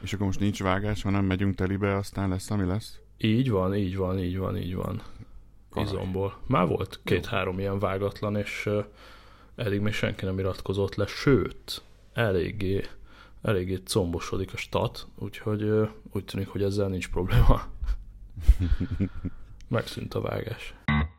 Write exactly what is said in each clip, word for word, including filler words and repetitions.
És akkor most nincs vágás, hanem megyünk telibe, aztán lesz, ami lesz? Így van, így van, így van, így van. Karaj. Izomból. Már volt két-három ilyen vágatlan, és uh, eddig még senki nem iratkozott le, sőt, eléggé, eléggé combosodik a stat, úgyhogy uh, úgy tűnik, hogy ezzel nincs probléma. Megszűnt a vágás.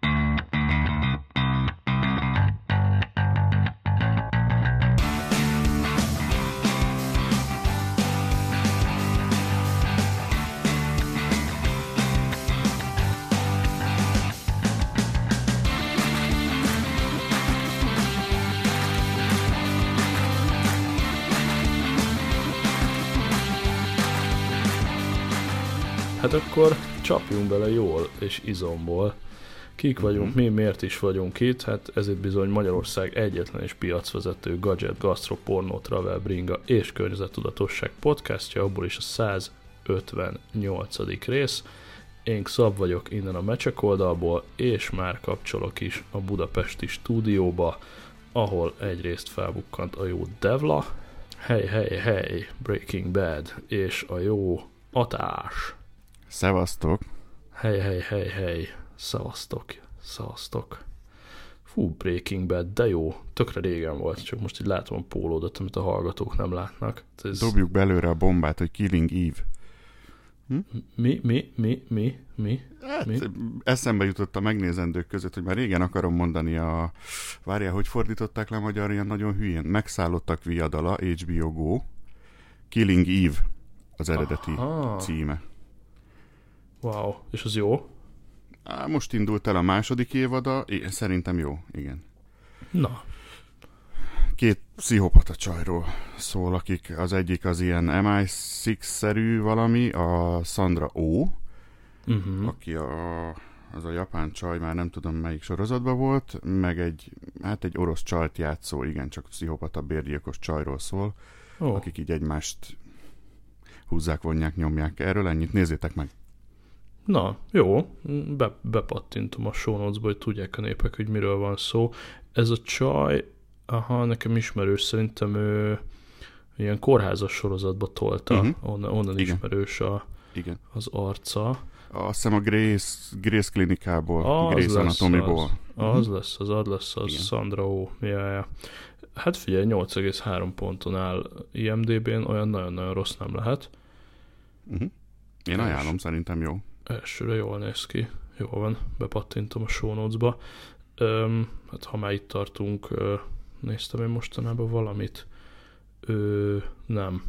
Hát akkor csapjunk bele jól és izomból. Kik vagyunk, mi, miért is vagyunk itt? Hát ez itt bizony Magyarország egyetlen és piacvezető gadget, gastro, pornó, travel, bringa és környezettudatosság podcastja, abból is a száz ötvennyolcadik rész. Én Szab vagyok innen a Mecsek oldalból, és már kapcsolok is a budapesti stúdióba, ahol egyrészt felbukkant a jó Devla, hey, hey, hey, Breaking Bad, és a jó Atás. Szevasztok! Hey, hey, hey, hey, szevasztok, szevasztok. Fú, Breaking Bad, de jó, tökre régen volt, csak most így látom a pólódat, amit a hallgatók nem látnak. Ez... Dobjuk belőle a bombát, hogy Killing Eve. Hm? Mi, mi, mi, mi, mi? Hát, mi? Eszembe jutott a megnézendők között, hogy már régen akarom mondani a... Várjál, hogy fordították le magyar ilyen nagyon hülyén? Megszállottak viadala, há bé o Go. Killing Eve az eredeti Aha. címe. Wow, és az jó? Á, most indult el a második évada, én szerintem jó, igen. Na. Két pszichopata csajról szól, akik az egyik az ilyen em i hat-szerű valami, a Sandra Oh, uh-huh. aki a, az a japán csaj, már nem tudom melyik sorozatban volt, meg egy, hát egy orosz csajt játszó, igen, csak pszichopata bérgyilkos csajról szól, oh. akik így egymást húzzák, vonják, nyomják. Erről ennyit, nézzétek meg! Na, jó, Be, bepattintom a show notes-ba, hogy tudják a népek, hogy miről van szó. Ez a csaj, aha, nekem ismerős, szerintem ő ilyen kórházas sorozatba tolta, uh-huh. onnan, onnan ismerős a, Igen. az arca. Azt hiszem a Grace, Grace klinikából, az Grace Anatomy-ból. Az, az lesz, az ad lesz, az Igen. Sandra Oh. Ja, ja. Hát figyelj, nyolc egész három ponton áll i em dé bén, olyan nagyon-nagyon rossz nem lehet. Uh-huh. Én És... ajánlom, szerintem jó. Elsőre jól néz ki. Jól van, bepattintom a show notes-ba. Öm, hát ha már itt tartunk, ö, néztem én mostanában valamit. Ö, nem.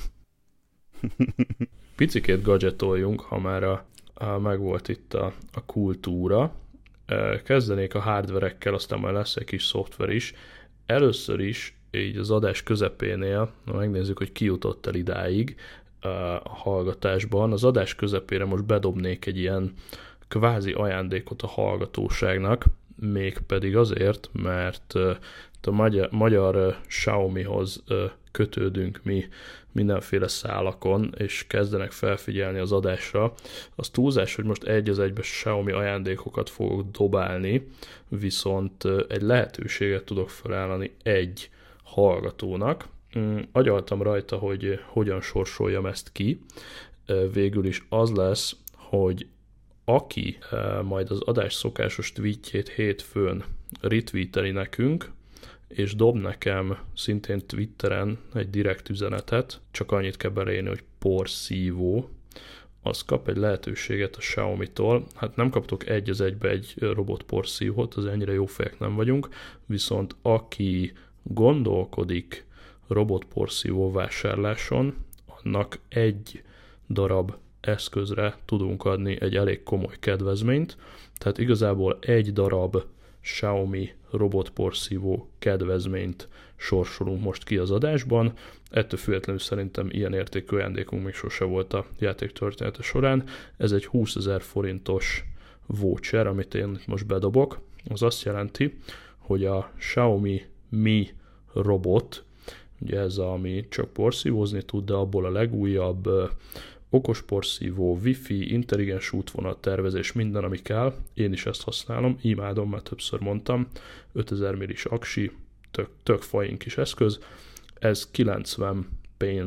Picikét gadgetoljunk, ha már a, a, megvolt itt a, a kultúra. Kezdenék a hardverekkel, aztán majd lesz egy kis szoftver is. Először is, így az adás közepénél, megnézzük, hogy ki jutott el idáig a hallgatásban. Az adás közepére most bedobnék egy ilyen kvázi ajándékot a hallgatóságnak, mégpedig azért, mert a magyar, magyar Xiaomihoz kötődünk mi mindenféle szálakon, és kezdenek felfigyelni az adásra. Az túlzás, hogy most egy az egybe Xiaomi ajándékokat fogok dobálni, viszont egy lehetőséget tudok felállni egy hallgatónak. Agyaltam rajta, hogy hogyan sorsoljam ezt ki. Végül is az lesz, hogy aki majd az adás szokásos tweetjét hétfőn retweeteli nekünk, és dob nekem szintén Twitteren egy direkt üzenetet, csak annyit kell beleírni, hogy porszívó, az kap egy lehetőséget a Xiaomi-tól. Hát nem kaptok egy az egybe egy robot porszívót, az ennyire jó fejek nem vagyunk, viszont aki gondolkodik robotporszívó vásárláson, annak egy darab eszközre tudunk adni egy elég komoly kedvezményt, tehát igazából egy darab Xiaomi robotporszívó kedvezményt sorsolunk most ki az adásban. Ettől függetlenül szerintem ilyen értékű ajándékunk még sose volt a játék története során. Ez egy húszezer forintos voucher, amit én most bedobok. Az azt jelenti, hogy a Xiaomi Mi robot, ugye ez a, ami csak porszívózni tud, de abból a legújabb okos porszívó, wifi, intelligens útvonal tervezés, minden, ami kell. Én is ezt használom, imádom, mert többször mondtam. ötezer millis aksi, tök, tök fajin kis eszköz. Ez kilencven pénz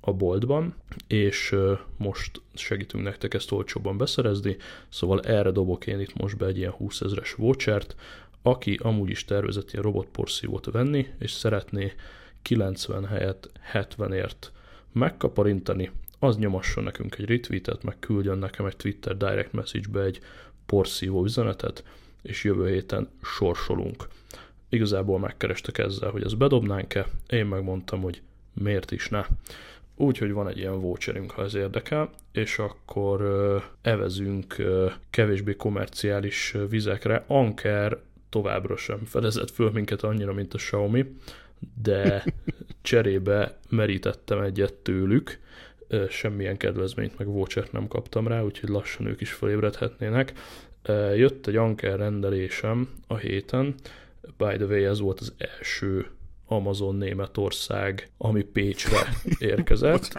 a boltban, és most segítünk nektek ezt olcsóbban beszerezni, szóval erre dobok én itt most be egy ilyen húszezres vouchert, aki amúgy is tervezett ilyen robotporszívót venni, és szeretné kilencven helyett hetvenért megkaparintani, az nyomasson nekünk egy retweetet, meg küldjön nekem egy Twitter direct message-be egy porszívó üzenetet, és jövő héten sorsolunk. Igazából megkerestek ezzel, hogy ezt bedobnánk-e, én megmondtam, hogy miért is ne. Úgyhogy van egy ilyen voucherünk, ha ez érdekel, és akkor uh, evezünk uh, kevésbé komerciális vizekre. Anker továbbra sem fedezett föl minket annyira, mint a Xiaomi, de cserébe merítettem egyet tőlük, uh, semmilyen kedvezményt meg vouchert nem kaptam rá, úgyhogy lassan ők is felébredhetnének. Uh, jött egy Anker rendelésem a héten, by the way, ez volt az első Amazon Németország, ami Pécsre érkezett.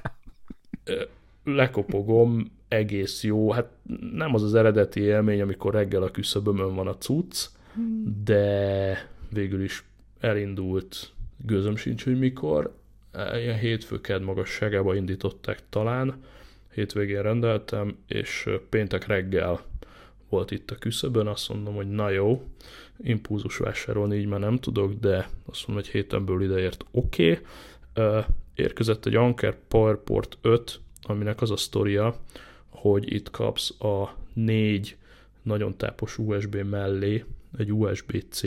Lekopogom, egész jó. Hát nem az az eredeti élmény, amikor reggel a küszöbömön van a cucc, de végül is elindult, gőzöm sincs, hogy mikor. Ilyen hétfő-kedd magasságába indították talán. Hétvégén rendeltem, és péntek reggel volt itt a küszöbön. Azt mondom, hogy na jó, impulzus vásárolni így már nem tudok, de azt mondom, hogy héten belül ideért oké. Okay. Érkezett egy Anker PowerPort öt, aminek az a sztoria, hogy itt kapsz a négy nagyon tápos u es bé mellé egy u es bé-C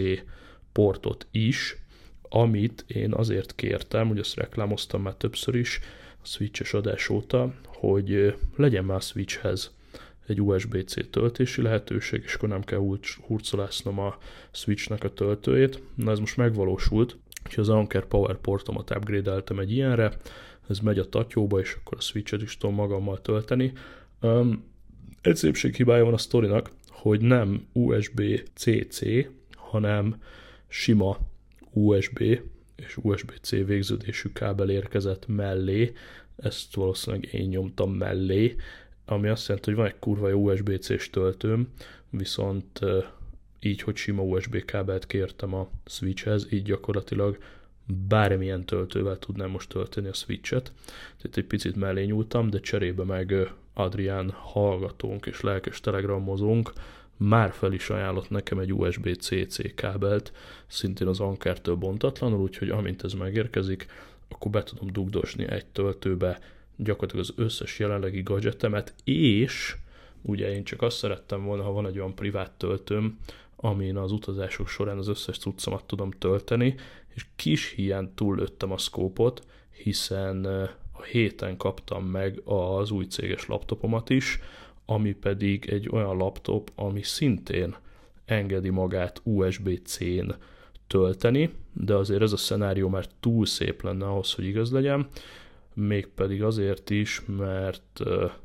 portot is, amit én azért kértem, hogy azt reklámoztam már többször is a Switch-es adás óta, hogy legyen már a Switchhez egy u es bé-C töltési lehetőség, és akkor nem kell hurcolásznom a Switchnek a töltőjét. Na ez most megvalósult, úgyhogy az Anker PowerPortomat upgrade-eltem egy ilyenre, ez megy a tatyóba, és akkor a Switch-et is tudom magammal tölteni. Um, egy szépség hibája van a sztorinak, hogy nem u es bé-C C, hanem sima u es bé és u es bé-C végződésű kábel érkezett mellé, ezt valószínűleg én nyomtam mellé, ami azt jelenti, hogy van egy kurva jó u es bé-C-s töltőm, viszont így, hogy sima u es bé kábelt kértem a Switchhez, így gyakorlatilag bármilyen töltővel tudnám most tölteni a Switchet. Tehát egy picit mellé nyúltam, de cserébe meg Adrián hallgatónk és lelkes telegramozónk már fel is ajánlott nekem egy u es bé-C C kábelt, szintén az Ankertől bontatlanul, úgyhogy amint ez megérkezik, akkor be tudom dugdosni egy töltőbe gyakorlatilag az összes jelenlegi gadgetemet, és ugye én csak azt szerettem volna, ha van egy olyan privát töltőm, amin az utazások során az összes cuccomat tudom tölteni, és kis hiány túllőttem a szkópot, hiszen a héten kaptam meg az új céges laptopomat is, ami pedig egy olyan laptop, ami szintén engedi magát u es bé-C-n tölteni, de azért ez a szenárió már túl szép lenne ahhoz, hogy igaz legyen, mégpedig azért is, mert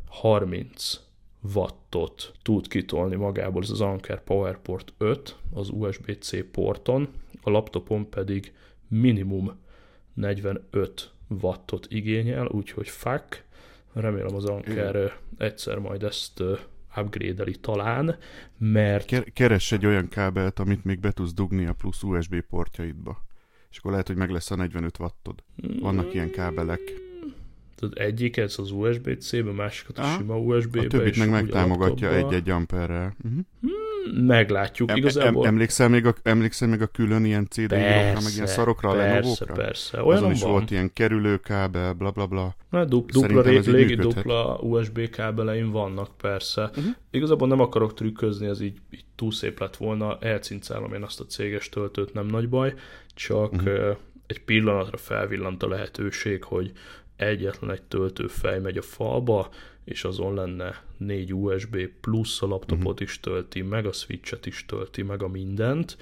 harminc wattot tud kitolni magából ez az Anker PowerPort öt az u es bé-C porton, a laptopon pedig minimum negyvenöt wattot igényel, úgyhogy fuck, remélem az Anker Igen. egyszer majd ezt upgrade-eli talán, mert... Keress egy olyan kábelt, amit még be tudsz dugni a plusz u es bé portjaidba, és akkor lehet, hogy meg lesz a negyvenöt wattod. Vannak ilyen kábelek. Tehát egyiket az u es bé-C-be, másikat a Aha. sima u es bé-be. A többit meg megtámogatja egy-egy amperrel. Uh-huh. Hmm, meglátjuk. Em, Igazából... em, emlékszel, még a, emlékszel még a külön ilyen cé dé írókra, meg ilyen szarokra, a Lenovo-kra? Persze, persze. Olyan Azon is van. volt ilyen kerülőkábel, bla bla bla. Na, du- dupla régi dupla u es bé kábeleim vannak, persze. Uh-huh. Igazából nem akarok trükközni, ez így, így túl szép lett volna. Elcincálom én azt a céges töltőt, nem nagy baj. Csak uh-huh. egy pillanatra felvillant a lehetőség, hogy egyetlen egy töltőfej megy a falba, és azon lenne négy u es bé plusz a laptopot uh-huh. is tölti, meg a Switchet is tölti, meg a mindent.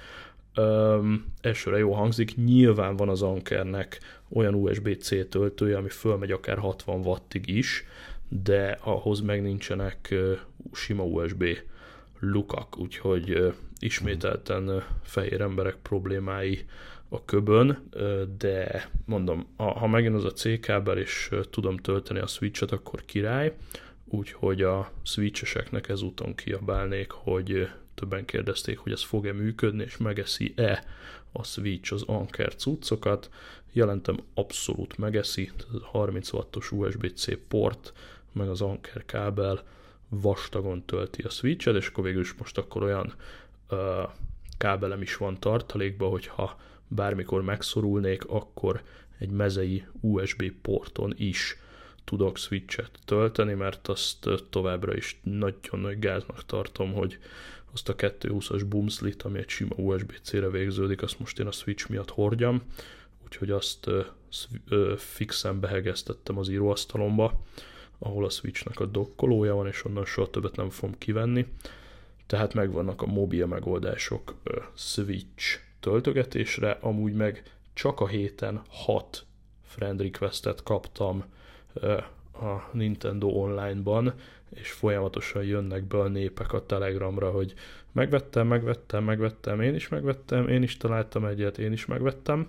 Um, elsőre jó hangzik, nyilván van az Ankernek olyan u es bé-C töltője, ami fölmegy akár hatvan wattig is, de ahhoz meg nincsenek uh, sima u es bé lukak, úgyhogy uh, ismételten uh, fehér emberek problémái a köbön, de mondom, ha megint az a C-kábel és tudom tölteni a Switchet, akkor király, úgyhogy a Switcheseknek ezúton kiabálnék, hogy többen kérdezték, hogy ez fog-e működni, és megeszi-e a Switch az Anker cuccokat, jelentem abszolút megeszi, harminc wattos u es bé-C port, meg az Anker kábel vastagon tölti a Switchet, és akkor végül is most akkor olyan uh, kábelem is van tartalékban, hogyha bármikor megszorulnék, akkor egy mezei u es bé porton is tudok Switchet tölteni, mert azt továbbra is nagyon nagy gáznak tartom, hogy azt a kétszázhúszas Boomslit, ami egy sima u es bé-C-re végződik, azt most én a Switch miatt hordjam, úgyhogy azt uh, uh, fixen behegeztettem az íróasztalomba, ahol a Switchnek a dokkolója van, és onnan soha többet nem fogom kivenni. Tehát megvannak a mobil megoldások uh, Switch töltögetésre, amúgy meg csak a héten hat friend requestet kaptam uh, a Nintendo Online-ban, és folyamatosan jönnek be a népek a Telegramra, hogy megvettem, megvettem, megvettem, én is megvettem, én is találtam egyet, én is megvettem.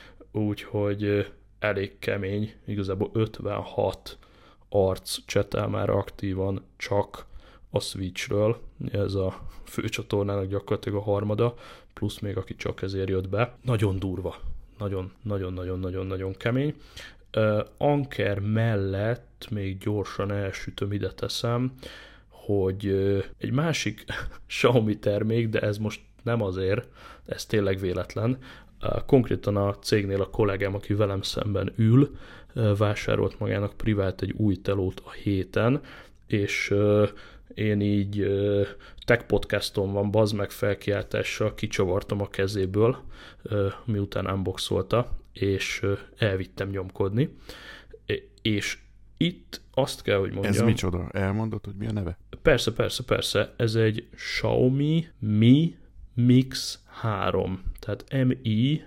Úgyhogy elég kemény, igazából ötvenhat arc csetel már aktívan csak a Switchről, ez a főcsatornának gyakorlatilag a harmada, plusz még aki csak ezért jött be. Nagyon durva, nagyon-nagyon-nagyon-nagyon kemény. Uh, Anker mellett még gyorsan elsütöm, ide teszem, hogy uh, egy másik Xiaomi termék, de ez most nem azért, ez tényleg véletlen. Uh, konkrétan a cégnél a kollégám, aki velem szemben ül, uh, vásárolt magának privát egy új telót a héten, és uh, én így uh, tech podcaston van, bazd meg felkiáltással kicsavartam a kezéből, uh, miután unboxolta, és uh, elvittem nyomkodni. És itt azt kell, hogy mondjam... Ez micsoda? Elmondod, hogy mi a neve? Persze, persze, persze. Ez egy Xiaomi Mi Mix három. Tehát Mi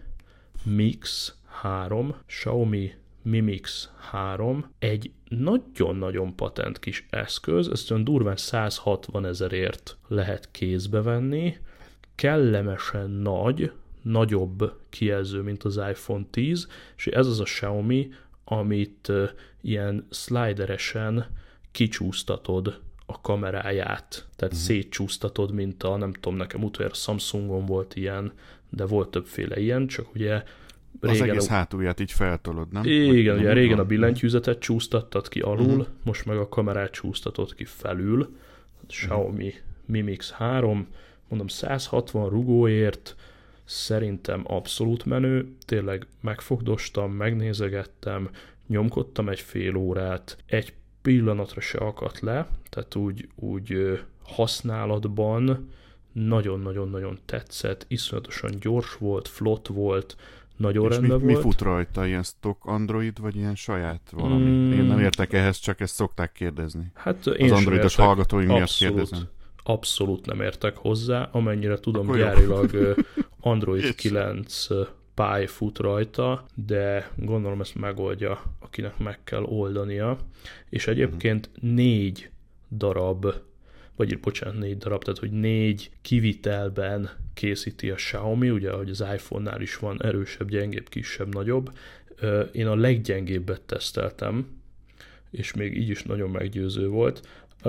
Mix három. Xiaomi Mi Mix három. Egy nagyon-nagyon patent kis eszköz. Ezt olyan durván száz hatvan ezerért lehet kézbe venni. Kellemesen nagy, nagyobb kijelző, mint az iPhone tíz, és ez az a Xiaomi, amit uh, ilyen slideresen kicsúsztatod a kameráját, tehát uh-huh. szétcsúsztatod, mint a, nem tudom, nekem utoljára Samsungon volt ilyen, de volt többféle ilyen, csak ugye régen... Az egész a... hátulját így feltolod, nem? Igen, ugye régen van. A billentyűzetet csúsztattad ki alul, uh-huh. most meg a kamerát csúsztatod ki felül. Uh-huh. Xiaomi Mi Mix három, mondom száz hatvan rugóért, szerintem abszolút menő, tényleg megfogdostam, megnézegettem, nyomkodtam egy fél órát, egy pillanatra se akadt le, tehát úgy, úgy használatban nagyon-nagyon-nagyon tetszett, iszonyatosan gyors volt, flott volt, nagyon és rendben mi, volt. Mi fut rajta? Ilyen stock Android, vagy ilyen saját valami? Mm. Én nem értek ehhez, csak ezt szokták kérdezni. Hát én az androidos hallgatóim miatt kérdezem. Abszolút nem értek hozzá, amennyire tudom, akkor gyárilag Android kilenc Pie fut rajta, de gondolom ezt megoldja, akinek meg kell oldania. És egyébként uh-huh. négy darab, vagy bocsánat, négy darab, tehát hogy négy kivitelben készíti a Xiaomi, ugye, ahogy az iPhone-nál is van erősebb, gyengébb, kisebb, nagyobb. Én a leggyengébbet teszteltem, és még így is nagyon meggyőző volt.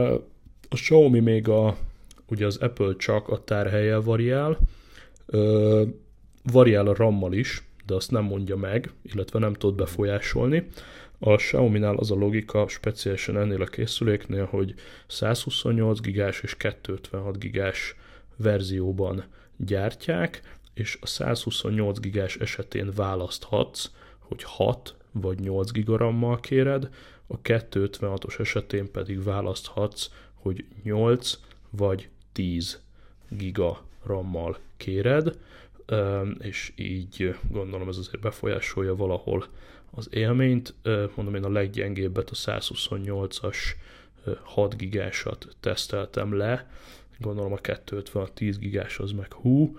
A Xiaomi még a, ugye az Apple csak a tárhellyel variál, ö, variál a RAM-mal is, de azt nem mondja meg, illetve nem tud befolyásolni. A Xiaomi-nál az a logika, speciálisan ennél a készüléknél, hogy százhuszonnyolc gigás és kétszázötvenhat gigás verzióban gyártják, és a százhuszonnyolc gigás esetén választhatsz, hogy hat vagy nyolc gigarammal kéred, a kétszázötvenhatos esetén pedig választhatsz, hogy nyolc vagy tíz giga RAM-mal kéred, és így gondolom ez azért befolyásolja valahol az élményt. Mondom, én a leggyengébbet, a százhuszonnyolcas hat gigásat teszteltem le, gondolom a kétszázötven tíz gigás az meg hú,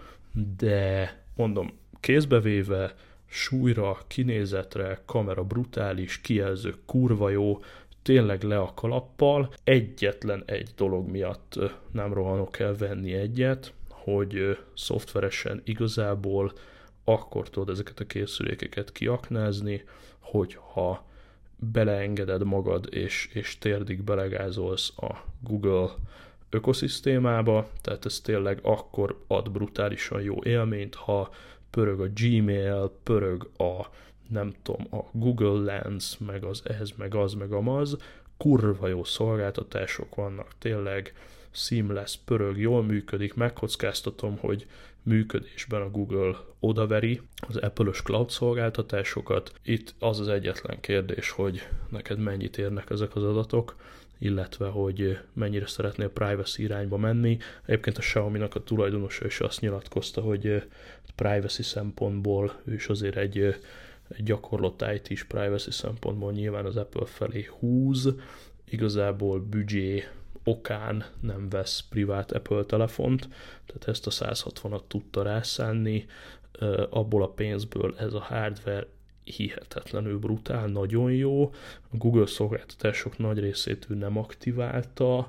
de mondom, kézbevéve, súlyra, kinézetre, kamera brutális, kijelző kurva jó, tényleg le a kalappal. Egyetlen egy dolog miatt nem rohanok el venni egyet, hogy szoftveresen igazából akkor tudod ezeket a készülékeket kiaknázni, hogyha beleengeded magad és, és térdig belegázolsz a Google ökoszisztémába, tehát ez tényleg akkor ad brutálisan jó élményt, ha pörög a Gmail, pörög a nem tudom, a Google Lens, meg az ez, meg az, meg amaz, kurva jó szolgáltatások vannak, tényleg seamless, pörög, jól működik, megkockáztatom, hogy működésben a Google odaveri az Apple-ös cloud szolgáltatásokat. Itt az az egyetlen kérdés, hogy neked mennyit érnek ezek az adatok, illetve hogy mennyire szeretnél privacy irányba menni. Egyébként a Xiaomi-nak a tulajdonosa is azt nyilatkozta, hogy privacy szempontból ő is azért egy, egy gyakorlott í té-s privacy szempontból nyilván az Apple felé húz, igazából büdzsé okán nem vesz privát Apple telefont, tehát ezt a száz hatvanat tudta rászánni, abból a pénzből ez a hardware hihetetlenül brutál, nagyon jó. A Google szolgáltatások nagy részét ő nem aktiválta,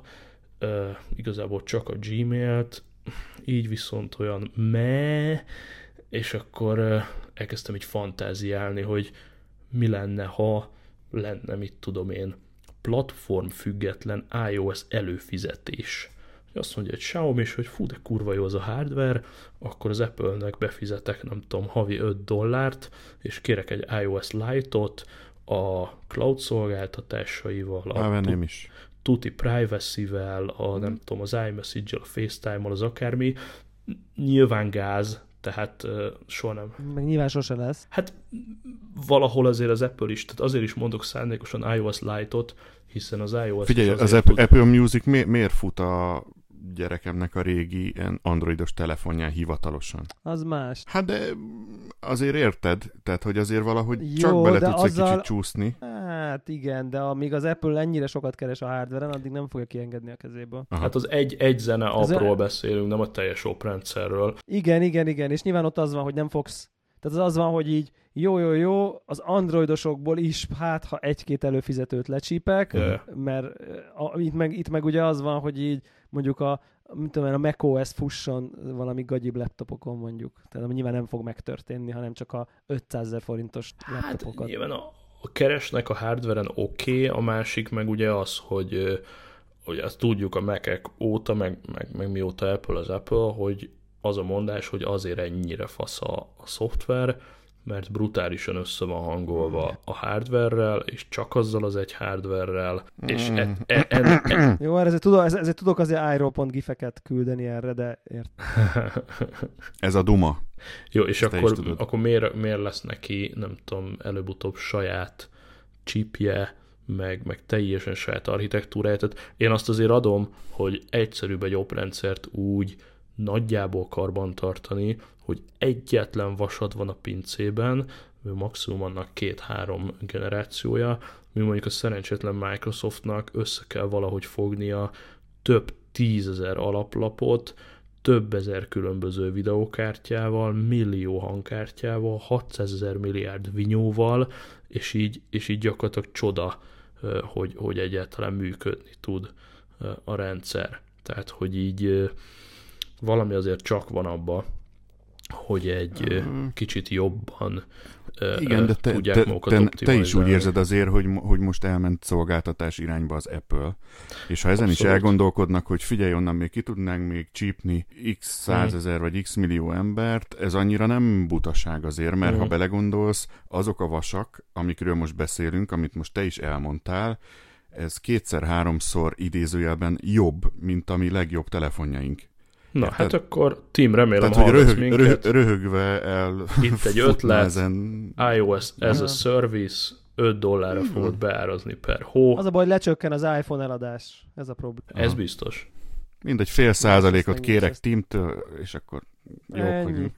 igazából csak a Gmailt, így viszont olyan meh, és akkor elkezdtem így fantáziálni, hogy mi lenne, ha lenne, mit tudom én, platform független iOS előfizetés. Azt mondja, hogy Xiaomi is, hogy fú, de kurva jó az a hardware, akkor az Apple-nek befizetek, nem tudom, havi öt dollárt, és kérek egy iOS Lite-ot a cloud szolgáltatásaival, a tu- is. tuti privacy-vel, a nem tudom, az iMessage-el, a FaceTime-mal, az akármi. Nyilván gáz, tehát uh, soha nem. Meg nyilván sose lesz. Hát valahol azért az Apple is, tehát azért is mondok szándékosan iOS Lite-ot, hiszen az iOS... Figyelj, az Apple, tud... Apple Music mi, miért fut a gyerekemnek a régi androidos telefonján hivatalosan? Az más. Hát de azért érted, tehát hogy azért valahogy jó, csak bele tudsz azzal... egy kicsit csúszni. Hát igen, de amíg az Apple ennyire sokat keres a hardware-en, addig nem fogja kiengedni a kezéből. Aha. Hát az egy, egy zene appról a... beszélünk, nem a teljes oprendszerről. Igen, igen, igen, és nyilván ott az van, hogy nem fogsz, tehát az az van, hogy így jó, jó, jó, az androidosokból is, hát ha egy-két előfizetőt lecsípek, yeah. mert a, itt, meg, itt meg ugye az van, hogy így mondjuk a, mit tudom, a macOS fusson valami gagyibb laptopokon mondjuk. Tehát nyilván nem fog megtörténni, hanem csak a ötszázezer forintos laptopokat. Hát nyilván a, a keresnek a hardware-en oké, okay, a másik meg ugye az, hogy, hogy azt tudjuk a Mac-ek óta, meg, meg, meg mióta Apple az Apple, hogy az a mondás, hogy azért ennyire fasz a, a szoftver, mert brutálisan össze van hangolva a hardware-rel, és csak azzal az egy hardware-rel, és Mm. e, e, e, e. Jó, ezért tudok, ezért tudok azért iRaw.gif-eket küldeni erre, de ért. Ez a duma. Jó, és Ezt akkor, akkor miért, miért lesz neki, nem tudom, előbb-utóbb saját chipje, meg, meg teljesen saját architektúrája. Tehát én azt azért adom, hogy egyszerűbb egy oprendszert úgy nagyjából karbantartani, hogy egyetlen vasad van a pincében, maximum annak két-három generációja, mi mondjuk a szerencsétlen Microsoftnak össze kell valahogy fognia több tízezer alaplapot, több ezer különböző videókártyával, millió hangkártyával, hatszázezer milliárd vinyóval, és így, és így gyakorlatilag csoda, hogy, hogy egyáltalán működni tud a rendszer. Tehát, hogy így valami azért csak van abba, hogy egy uh, kicsit jobban igen, de te, tudják te, magukat te, optimalizálni. te is úgy érzed azért, hogy, hogy most elment szolgáltatás irányba az Apple, és ha ezen Abszolút. is elgondolkodnak, hogy figyelj, onnan még ki tudnánk még csípni x százezer vagy x millió embert, ez annyira nem butaság azért, mert mm. ha belegondolsz, azok a vasak, amikről most beszélünk, amit most te is elmondtál, ez kétszer-háromszor idézőjelben jobb, mint a mi legjobb telefonjaink. Na, érted? Hát akkor Tim, remélem Tehát, hogy hallgatsz röhög, minket. röhög, röhögve el Itt egy ötlet, ezen... iOS as a service, öt dollárra fogod beárazni per hó. Az a baj, hogy lecsökken az iPhone eladás. Ez a probléma. Ez Aha. biztos. Mindegy fél százalékot Ezt kérek ezt... Timtől, és akkor jók Ennyi. vagyunk.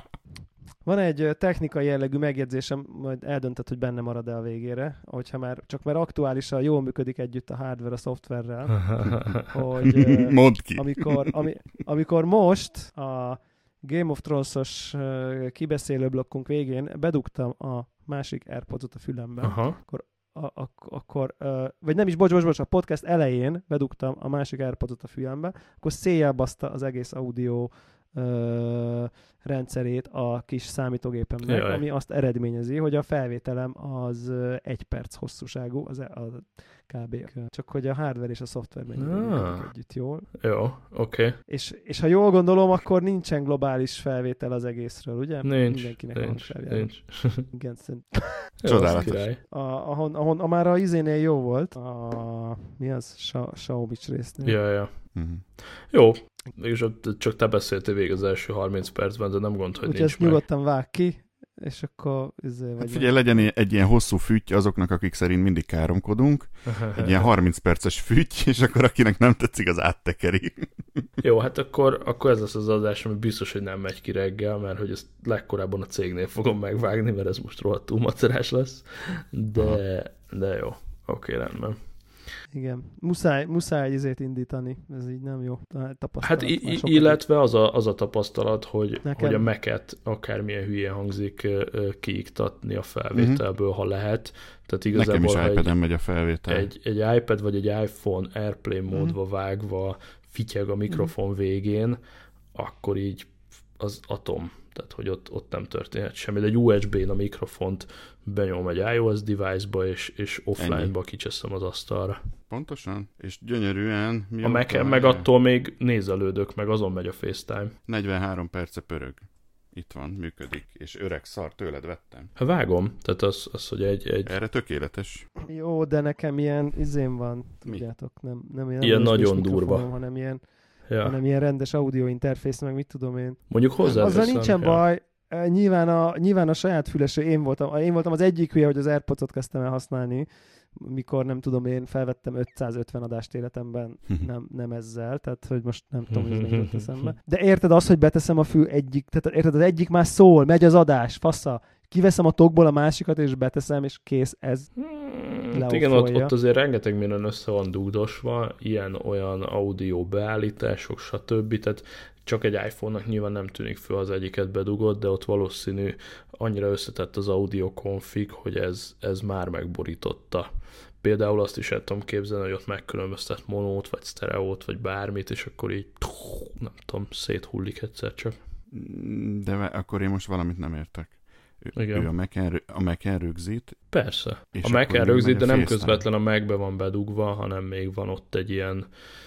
Van egy technikai jellegű megjegyzésem, majd eldöntött, hogy benne marad-e a végére, hogyha már, csak már aktuálisan jól működik együtt a hardware a szoftverrel, hogy Mondd ki. amikor, ami, amikor most a Game of Thrones-os kibeszélő blokkunk végén bedugtam a másik AirPods-ot a fülembe, Aha. akkor A, a, akkor, uh, vagy nem is, bocs, bocs, bocs, a podcast elején bedugtam a másik AirPods-ot a fülembe, akkor széjjel baszta az egész audio uh, rendszerét a kis számítógépemnek, Jaj. ami azt eredményezi, hogy a felvételem az uh, egy perc hosszúságú, az a kb. Csak hogy a hardware és a szoftver mennyire ah. együtt jól. Jó, oké. Okay. És, és ha jól gondolom, akkor nincsen globális felvétel az egészről, ugye? Nincs, Mindenkinek nincs, van nincs. Igen, szerint... Csodálatos. A, ahon, ahon, a már a izénél jó volt, a, mi az? Xiaomi-s résznél. Ja, ja. Uh-huh. Jó, és csak te beszéltél végig az első harminc percben, de nem gond, hogy úgy nincs ezt meg. nyugodtan vág ki, és akkor... Izé, hát figyelj, legyen egy ilyen hosszú fütty azoknak, akik szerint mindig káromkodunk. Egy ilyen harminc perces fütty, és akkor akinek nem tetszik, az áttekeri. Jó, hát akkor, akkor ez lesz az adás, ami biztos, hogy nem megy ki reggel, mert hogy ezt legkorábban a cégnél fogom megvágni, mert ez most rohadtul macerás lesz. De, de jó, oké, rendben. Igen, muszáj, muszáj izét indítani, ez így nem jó tapasztalat. Hát i- illetve az a, az a tapasztalat, hogy, hogy a Mac-et akármilyen hülyén hangzik kiiktatni a felvételből, uh-huh. ha lehet. Tehát igazából, nekem is iPad-en megy a felvétel. Egy, egy iPad vagy egy iPhone Airplay módba uh-huh. vágva fityeg a mikrofon uh-huh. végén, akkor így az atom. Tehát, hogy ott, ott nem történhet semmi. De egy u es bé-n a mikrofont benyom egy iOS device-ba, és, és offline-ba kicseszem az asztalra. Pontosan. És gyönyörűen... A Mac-en meg attól még nézelődök, meg azon megy a FaceTime. negyvenhárom perce pörög. Itt van, működik. És öreg szar, tőled vettem. Ha vágom. Tehát az, az hogy egy, egy... Erre tökéletes. Jó, de nekem ilyen izém van. Tudjátok, nem, nem ilyen, ilyen nagyon durva. Hanem ilyen... Ja. hanem ilyen rendes audio interfész, meg mit tudom én. Mondjuk hozzá. Azzal nincsen ja. baj. Nyilván a, nyilván a saját füleső, én voltam, én voltam az egyik hülye, hogy az AirPods-ot kezdtem el használni, mikor nem tudom, én felvettem ötszázötven adást életemben, nem, nem ezzel, tehát hogy most nem tudom, hogy ez még jött eszembe. De érted azt, hogy beteszem a fül egyik, tehát érted, az egyik már szól, megy az adás, fassa, kiveszem a tokból a másikat, és beteszem, és kész, ez hmm, igen, ott, ott azért rengeteg minden össze van dugdosva, ilyen-olyan audio beállítások, stb. Tehát csak egy iPhone-nak nyilván nem tűnik föl, az egyiket bedugott, de ott valószínű annyira összetett az audio config, hogy ez, ez már megborította. Például azt is el tudom képzelni, hogy ott megkülönböztet monót, vagy sztereót, vagy bármit, és akkor így, nem tudom, széthullik egyszer csak. De akkor én most valamit nem értek. Ő, Igen. ő a Mac-en, a Mac-en rögzít. Persze. A Mac-en rögzít, de nem közvetlen a Mac-be van bedugva, hanem még van ott egy ilyen...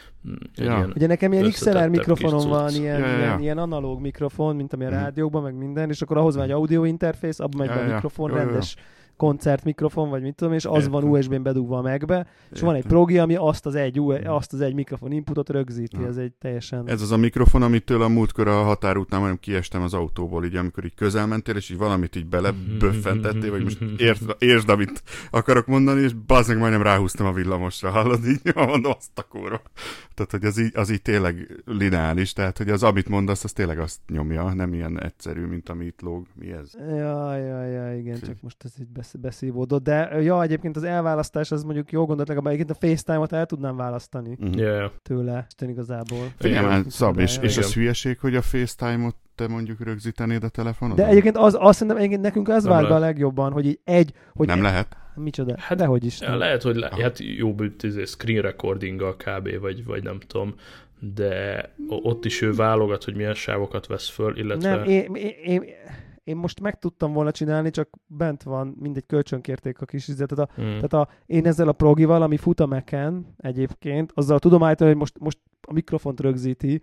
Egy ja. ilyen ugye nekem ilyen iksz el er mikrofonom van, ilyen, ja, ja, ja. ilyen, ilyen analóg mikrofon, mint ami a rádiókban, meg minden, és akkor ahhoz van egy audio interfész, abban megy ja, be a ja. mikrofon, ja, rendes ja. koncertmikrofon, vagy mit tudom, és az Értem. van u es bén bedugva a Mac-be, és Értem. van egy progi, ami azt az egy, azt az egy mikrofon inputot rögzíti, ja. ez egy teljesen... Ez az a mikrofon, amitől a múltkor a határútnál majdnem kiestem az autóból, így amikor így közel mentél, és így valamit így beleböffentettél, vagy most értsd, értsd, amit akarok mondani, és bazdmeg majdnem ráhúztam a villamosra, hallod, így mondom azt a kóra. Tehát, hogy az így, az így tényleg lineáris, tehát, hogy az, amit mondasz, az tényleg azt nyomja, nem ilyen egyszerű, mint ami itt lóg. Mi ez? Ja, ja, ja, igen, csak most ez így besz- beszívódott. De ja, egyébként az elválasztás, az mondjuk jó gondolat, legalább egyébként a FaceTime-ot el tudnám választani uh-huh. yeah. tőle, Isten igazából. Figyelj már, Szab, és, és az hülyeség, hogy a FaceTime-ot te mondjuk rögzítenéd a telefonodon? De egyébként az, azt szerintem egyébként nekünk az vált be a legjobban, hogy így egy... Hogy nem egy, lehet? Micsoda? Hát dehogy is. Ja, lehet, hogy le, hát jó screen recordinggal kb. Vagy, vagy nem tudom, de ott is ő válogat, hogy milyen sávokat vesz föl, illetve... Nem, én, én, én, én most meg tudtam volna csinálni, csak bent van, mindegy kölcsönkérték a kis izet. Tehát, a, hmm. tehát a, én ezzel a progival, ami fut a Mac-en egyébként, azzal tudom állítani, hogy most, most a mikrofont rögzíti,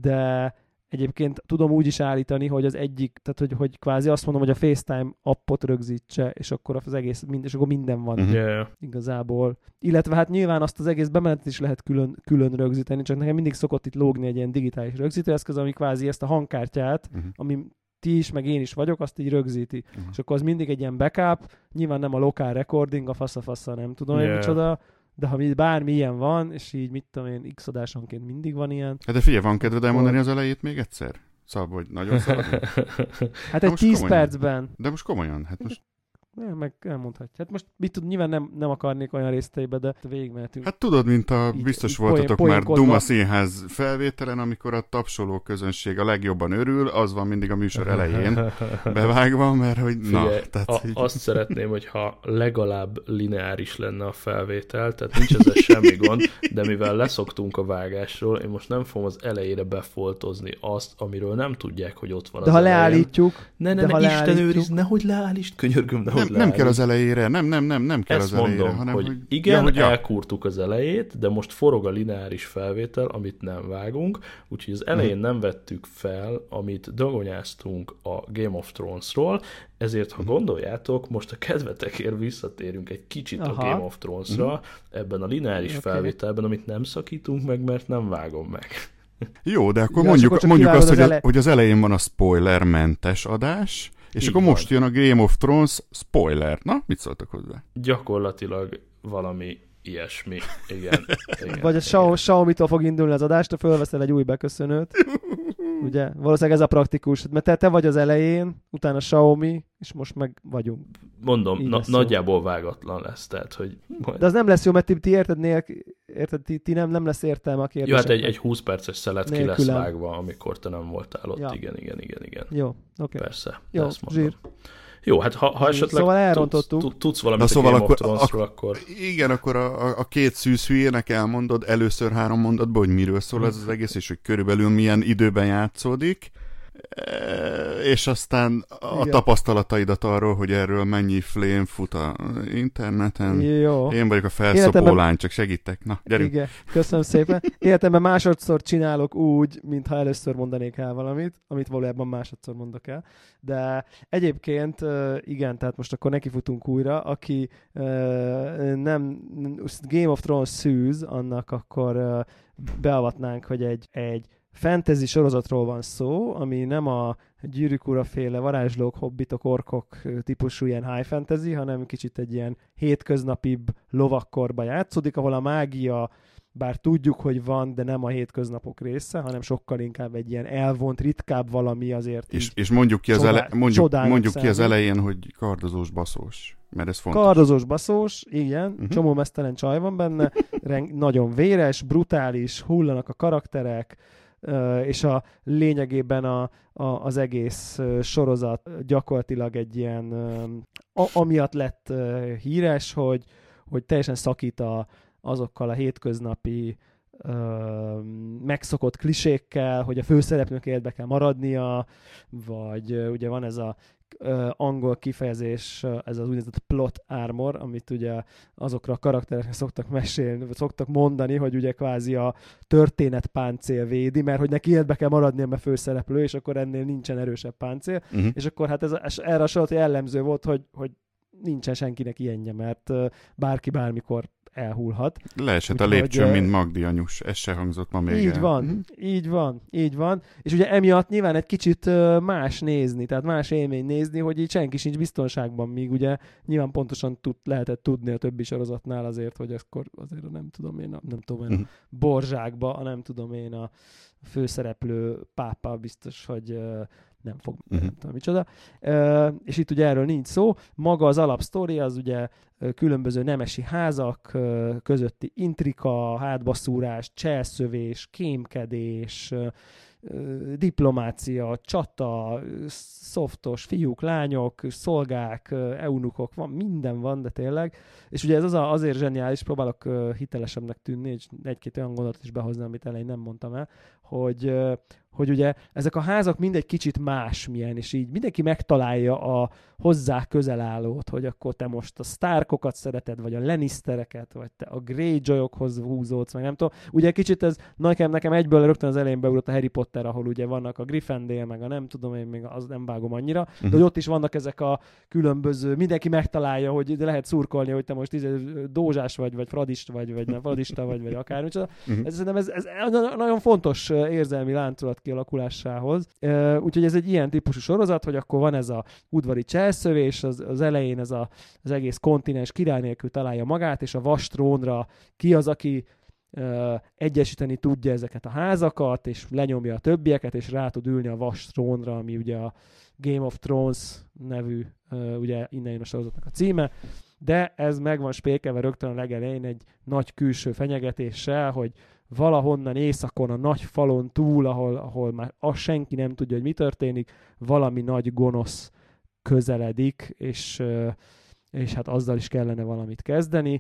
de egyébként tudom úgy is állítani, hogy az egyik, tehát hogy, hogy kvázi azt mondom, hogy a FaceTime appot rögzítse, és akkor az egész, mind, és akkor minden van uh-huh. yeah. igazából. Illetve hát nyilván azt az egész bemenetet is lehet külön, külön rögzíteni, csak nekem mindig szokott itt lógni egy ilyen digitális rögzítőeszköz, ami kvázi ezt a hangkártyát, uh-huh. ami ti is, meg én is vagyok, azt így rögzíti. Uh-huh. És akkor az mindig egy ilyen backup, nyilván nem a lokál recording, a fasza-fasza, nem tudom yeah. én micsoda, de ha bármi ilyen van, és így mit tudom én, x adásonként mindig van ilyen. Hát de figyelj, van kedved elmondani az elejét még egyszer? Szabad, hogy nagyon szaladni? Hát egy tíz percben. De most komolyan, hát most... Nem, meg elmondhatja. Hát most mit tud, nyilván nem, nem akarnék olyan részteibe, de végigmehetünk. Hát tudod, mint a így, biztos így voltatok poén, már Duma Színház felvételen, amikor a tapsoló közönség a legjobban örül, az van mindig a műsor elején bevágva, mert hogy Figyelj, na. Tehát a, így... Azt szeretném, hogyha legalább lineáris lenne a felvétel, tehát nincs ezzel semmi gond, de mivel leszoktunk a vágásról, én most nem fogom az elejére befoltozni azt, amiről nem tudják, hogy ott van de az ha elején. leállítjuk. Ne, ne, ne, Isten őriz, nehogy leállítsd, könyörgöm, nehogy nem, nem kell az elejére, nem, nem, nem, nem kell Ezt az elejére, mondom, hanem hogy, hogy igen, ja, hogy ja. elkúrtuk az elejét, de most forog a lineáris felvétel, amit nem vágunk, úgyhogy az elején uh-huh. nem vettük fel, amit dagonyáztunk a Game of Thrones-ról, ezért, ha gondoljátok, most a kedvetekért visszatérünk egy kicsit Aha. a Game of Thrones-ra, uh-huh. ebben a lineáris okay. felvételben, amit nem szakítunk meg, mert nem vágom meg. Jó, de akkor ja, mondjuk, akkor mondjuk azt, az hogy, ele... a, hogy az elején van a spoilermentes adás, és így akkor van. Most jön a Game of Thrones spoiler. Na, mit szóltak hozzá? Gyakorlatilag valami ilyesmi. Igen. igen Vagy a igen. Xiaomi-tól fog indulni az adást, te fölveszel egy új beköszönőt. Ugye? Valószínűleg ez a praktikus. Mert te, te vagy az elején, utána Xiaomi, és most meg vagyunk. Mondom, na, nagyjából vágatlan lesz. Tehát, hogy... De az nem lesz jó, mert ti, ti érted nélkül, érted, ti, ti nem, nem lesz értelme a kérdések. Jó, hát egy, egy húsz perces szelet ki lesz vágva, amikor te nem voltál ott. Ja. Igen, igen, igen, igen. Jó, oké. Okay. Persze. Jó, zsír. Jó, hát ha, ha esetleg szóval elrontottuk. Tudsz, tudsz valamit Na, szóval a Game akkor, of Thrones-ról, akkor... Igen, akkor a, a két szűz hülyének elmondod először három mondatban, hogy miről szól ez az egész, és hogy körülbelül milyen időben játszódik, és aztán a igen. tapasztalataidat arról, hogy erről mennyi flame fut a interneten. Jó. Én vagyok a felszopó lány, csak segítek. Na, gyerünk. Igen, köszönöm szépen. Életemben másodszor csinálok úgy, mintha először mondanék el valamit, amit valójában másodszor mondok el. De egyébként igen, tehát most akkor nekifutunk újra. Aki nem Game of Thrones szűz, annak akkor beavatnánk, hogy egy, egy fantasy sorozatról van szó, ami nem a Gyűrűk ura féle varázslók, hobbitok, orkok típusú ilyen high fantasy, hanem kicsit egy ilyen hétköznapibb lovakkorba játszódik, ahol a mágia, bár tudjuk, hogy van, de nem a hétköznapok része, hanem sokkal inkább egy ilyen elvont, ritkább valami azért. És, és mondjuk, ki az, csodál, ele, mondjuk, mondjuk ki az elején, hogy kardozós baszós, mert ez fontos. Kardozós baszós, igen, uh-huh. csomó mesztelen csaj van benne, reng, nagyon véres, brutális, hullanak a karakterek, Uh, és a lényegében a, a, az egész uh, sorozat gyakorlatilag egy ilyen, uh, a, amiatt lett uh, híres, hogy, hogy teljesen szakít a, azokkal a hétköznapi uh, megszokott klisékkel, hogy a főszereplőnek életbe kell maradnia, vagy uh, ugye van ez a Uh, angol kifejezés, uh, ez az úgynevezett plot armor, amit ugye azokra a karaktereknek szoktak mesélni, vagy szoktak mondani, hogy ugye kvázi a történet páncél védi, mert hogy neki életbe kell maradnia, mert főszereplő, és akkor ennél nincsen erősebb páncél, uh-huh. és akkor hát ez a, erre a sorozat jellemző volt, hogy, hogy nincsen senkinek ilyenje, mert uh, bárki bármikor elhullhat. Leesett a lépcsőn, mint Magdi anyus. Ez se hangzott ma még Így el. van, mm-hmm. így van, így van. És ugye emiatt nyilván egy kicsit más nézni, tehát más élmény nézni, hogy így senki sincs biztonságban, míg ugye nyilván pontosan tud, lehetett tudni a többi sorozatnál azért, hogy akkor azért nem tudom én, a, nem tudom én, a Borzsákba, a nem tudom én, a főszereplő pápa biztos, hogy nem fog, uh-huh. nem tudom micsoda. Uh, és itt ugye erről nincs szó. Maga az alapsztori, az ugye különböző nemesi házak uh, közötti intrika, hátbaszúrás, cselszövés, kémkedés, uh, diplomácia, csata, szoftos, fiúk, lányok, szolgák, eunukok, van, minden van, de tényleg. És ugye ez az a, azért zseniális, próbálok uh, hitelesebbnek tűnni, és egy-két olyan gondolatot is behozni, amit elején nem mondtam el, hogy uh, hogy ugye ezek a házak mindegy kicsit másmilyen, és így mindenki megtalálja a hozzá közel állót, hogy akkor te most a Starkokat szereted, vagy a Lannistereket, vagy te a Greyjoyokhoz húzódsz, meg nem tudom. Ugye kicsit ez nekem, nekem egyből rögtön az elején beugrott a Harry Potter, ahol ugye vannak a Gryffindor, meg a nem tudom én, még az nem vágom annyira, uh-huh. de hogy ott is vannak ezek a különböző, mindenki megtalálja, hogy de lehet szurkolni, hogy te most izé, dózsás vagy, vagy fradist vagy, vagy nem fradista vagy, vagy akármicsoda. Uh-huh. Ez, ez, ez, ez nagyon fontos érzelmi láncolat kialakulásához. Uh, úgyhogy ez egy ilyen típusú sorozat, hogy akkor van ez a udvari cselszövés, az, az elején ez a, az egész kontinens király nélkül találja magát, és a vastrónra ki az, aki uh, egyesíteni tudja ezeket a házakat, és lenyomja a többieket, és rá tud ülni a vastrónra, ami ugye a Game of Thrones nevű, uh, ugye innen jön a sorozatnak a címe, de ez meg van spékelve rögtön a legelején egy nagy külső fenyegetéssel, hogy valahonnan északon, a nagy falon túl, ahol, ahol már azt senki nem tudja, hogy mi történik, valami nagy gonosz közeledik, és, és hát azzal is kellene valamit kezdeni.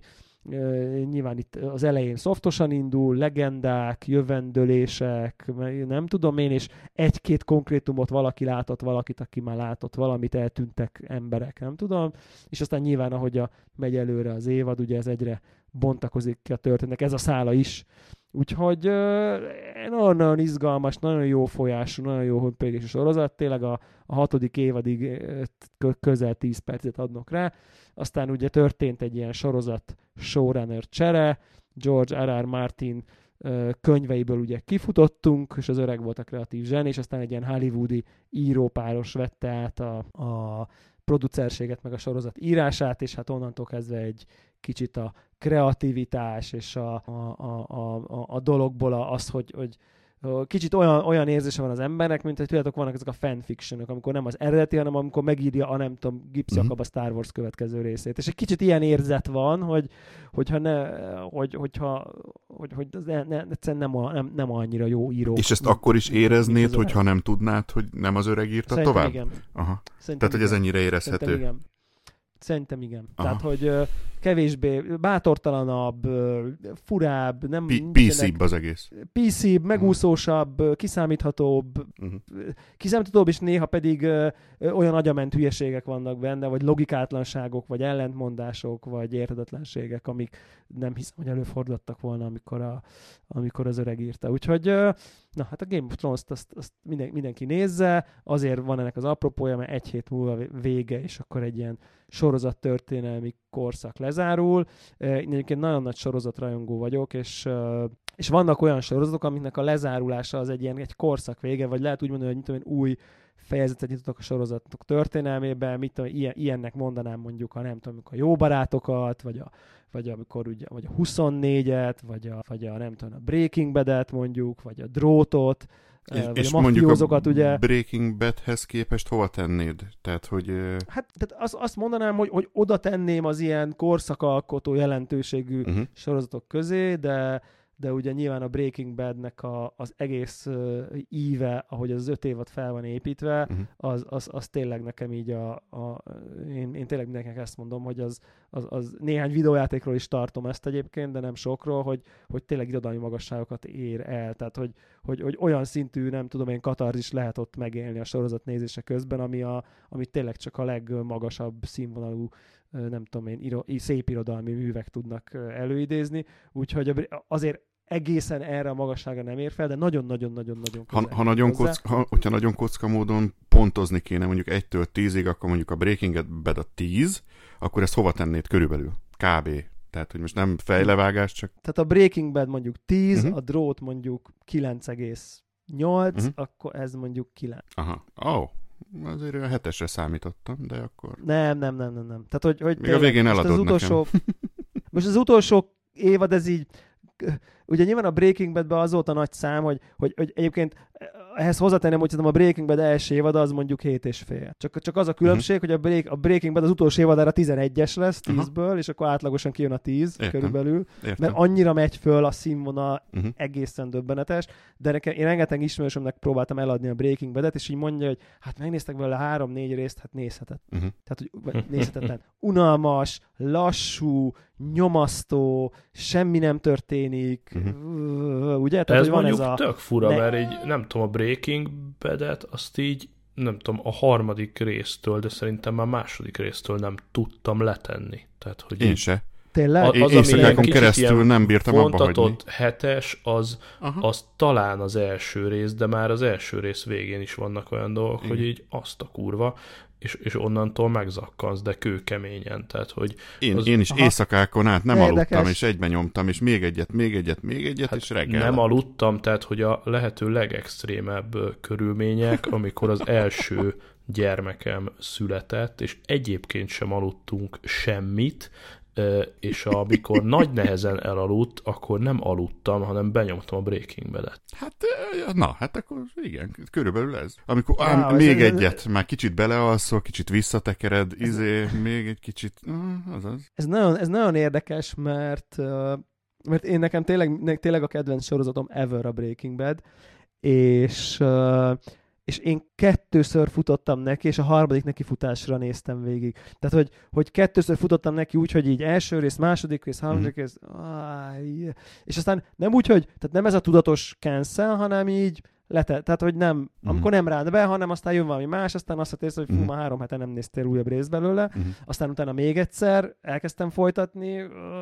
nyilván itt az elején szoftosan indul, legendák, jövendölések, nem tudom én, és egy-két konkrétumot valaki látott, valakit, aki már látott valamit, eltűntek emberek, nem tudom, és aztán nyilván, ahogy a, megy előre az évad, ugye ez egyre bontakozik ki a történetnek, ez a szála is. Úgyhogy nagyon-nagyon izgalmas, nagyon jó folyású, nagyon jó hódpörgésű sorozat, tényleg a, a hatodik évadig közel tíz percet adnak rá. Aztán ugye történt egy ilyen sorozat showrunner csere, George R. R. Martin könyveiből ugye kifutottunk, és az öreg volt a kreatív zseni, és aztán egy ilyen hollywoodi írópáros vette át a, a producerséget, meg a sorozat írását, és hát onnantól kezdve egy kicsit a kreativitás és a, a, a, a, a dologból az, hogy, hogy kicsit olyan, olyan érzése van az embernek, mint hogy tudjátok, vannak ezek a fanfictionok, amikor nem az eredeti, hanem amikor megírja a nem tudom, Gibbs Jakab mm-hmm. a Star Wars következő részét. És egy kicsit ilyen érzet van, hogy, hogyha ne, hogy, hogyha, hogy, hogy ne, ne, nem, nem, nem annyira jó író. És ezt akkor is éreznéd, hogyha nem tudnád, hogy nem az öreg írta Szerintem tovább? Igen. Aha. Szerintem Tehát, hogy ez ennyire érezhető. Szerintem igen. Szerintem igen. Aha. Tehát, hogy uh, kevésbé, bátortalanabb, uh, furább, nem... P- pé cé-bb az egész. pé cé-bb, megúszósabb, uh, kiszámíthatóbb, uh-huh. kiszámíthatóbb, és néha pedig uh, olyan agyament hülyeségek vannak benne, vagy logikátlanságok, vagy ellentmondások, vagy érthetetlenségek, amik nem hiszem, hogy előfordultak volna, amikor, a, amikor az öreg írta. Úgyhogy, uh, na hát a Game of Thrones-t azt, azt minden, mindenki nézze, azért van ennek az apropója, mert egy hét múlva vége, és akkor egy ilyen sorozat történelmi korszak lezárul. Én egyébként nagyon nagy sorozatrajongó vagyok, és, és vannak olyan sorozatok, amiknek a lezárulása az egy ilyen egy korszak vége, vagy lehet úgy mondani, hogy mit tudom én, új fejezetet nyitottak a sorozatok történelmében, mit tudom, ilyen, ilyennek mondanám mondjuk, ha nem tudom, a Jó barátokat, vagy a vagy amikor ugye, vagy a huszonnégyet, vagy a, vagy a nem tudom, a Breaking Bad-et mondjuk, vagy a Drótot, és, vagy és a mafiózokat, mondjuk a ugye. Breaking Badhez képest hova tennéd? Tehát, hogy... Hát tehát azt, azt mondanám, hogy, hogy oda tenném az ilyen korszakalkotó jelentőségű uh-huh. sorozatok közé, de de ugye nyilván a Breaking Badnek a, az egész uh, íve, ahogy az öt évad fel van építve, uh-huh. az, az, az tényleg nekem így a... a én, én tényleg mindenkinek ezt mondom, hogy az, az, az néhány videójátékról is tartom ezt egyébként, de nem sokról, hogy, hogy tényleg irodalmi magasságokat ér el. Tehát, hogy, hogy, hogy olyan szintű, nem tudom én, katarzis lehet ott megélni a sorozat nézése közben, ami, a, ami tényleg csak a legmagasabb színvonalú nem tudom én, iro, szép irodalmi művek tudnak előidézni, úgyhogy azért egészen erre a magasságra nem ér fel, de nagyon-nagyon-nagyon-nagyon ha, ha nagyon kocka, ha, hogyha nagyon kocka módon pontozni kéne mondjuk egytől tízig, akkor mondjuk a Breaking Bad a tíz, akkor ezt hova tennéd körülbelül? Kb. Tehát, hogy most nem fejlevágás, csak... Tehát a Breaking Bad mondjuk tíz, uh-huh. a Drót mondjuk kilenc egész nyolc, uh-huh. akkor ez mondjuk kilenc. Aha. Oh. Azért a hetesre számítottam, de akkor... Nem, nem, nem, nem, nem. Tehát, hogy, hogy még a végén eladod az utolsó, nekem. Most az utolsó évad, ez így... Ugye nyilván a Breaking Badben az volt a nagy szám, hogy, hogy, hogy egyébként ehhez hozzátenem, hogy a Breaking Bad első évad az mondjuk hét és fél. Csak, csak az a különbség, uh-huh. hogy a, break, a Breaking Bad az utolsó évadára tizenegyes lesz, tízből, uh-huh. és akkor átlagosan kijön a tíz Értem. körülbelül. Értem. Mert annyira megy föl a színvonal, uh-huh. egészen döbbenetes. De nekem, én rengeteg ismerősömnek próbáltam eladni a Breaking Badet, és így mondja, hogy hát megnéztek belőle három-négy részt, hát nézhetett. Uh-huh. Tehát, hogy nézhetetlen. Unalmas, lassú, nyomasztó, semmi nem történik, uh-huh. ugye? Tehát, ez hogy van mondjuk ez a... tök fura, ne... mert így nem tudom, a Breaking Bad-et azt így nem tudom, a harmadik résztől, de szerintem már második résztől nem tudtam letenni. Tehát, hogy én se. Tényleg? Az, éjszakákon keresztül nem bírtam abba hagyni. hetes, az, az talán az első rész, de már az első rész végén is vannak olyan dolgok, igen. hogy így azt a kurva, és, és onnantól megzakkansz, de kőkeményen. Tehát, hogy én, az... én is Aha. éjszakákon át nem Érdekes. aludtam, és egyben nyomtam, és még egyet, még egyet, még egyet, hát és reggel. Nem aludtam, tehát, hogy a lehető legextrémebb körülmények, amikor az első gyermekem született, és egyébként sem aludtunk semmit, és amikor nagy nehezen elaludt, akkor nem aludtam, hanem benyomtam a Breaking Bad-et. Hát, na, hát akkor igen, körülbelül ez. Amikor Á, ám, még ez, egyet, ez, már kicsit belealszol, kicsit visszatekered, izé, még egy kicsit, azaz. Ez nagyon, ez nagyon érdekes, mert, mert én nekem tényleg, tényleg a kedvenc sorozatom ever a Breaking Bad, és és én kettőször futottam neki, és a harmadik neki futásra néztem végig. Tehát, hogy, hogy kettőször futottam neki úgy, hogy így első rész, második rész, harmadik mm. rész, áj, és aztán nem úgy, hogy, tehát nem ez a tudatos cancel, hanem így lete, tehát, hogy nem, mm. amikor nem rád be, hanem aztán jön valami más, aztán azt érsz, hogy fú, mm. már három hete nem néztél újabb részt belőle, mm. aztán utána még egyszer elkezdtem folytatni,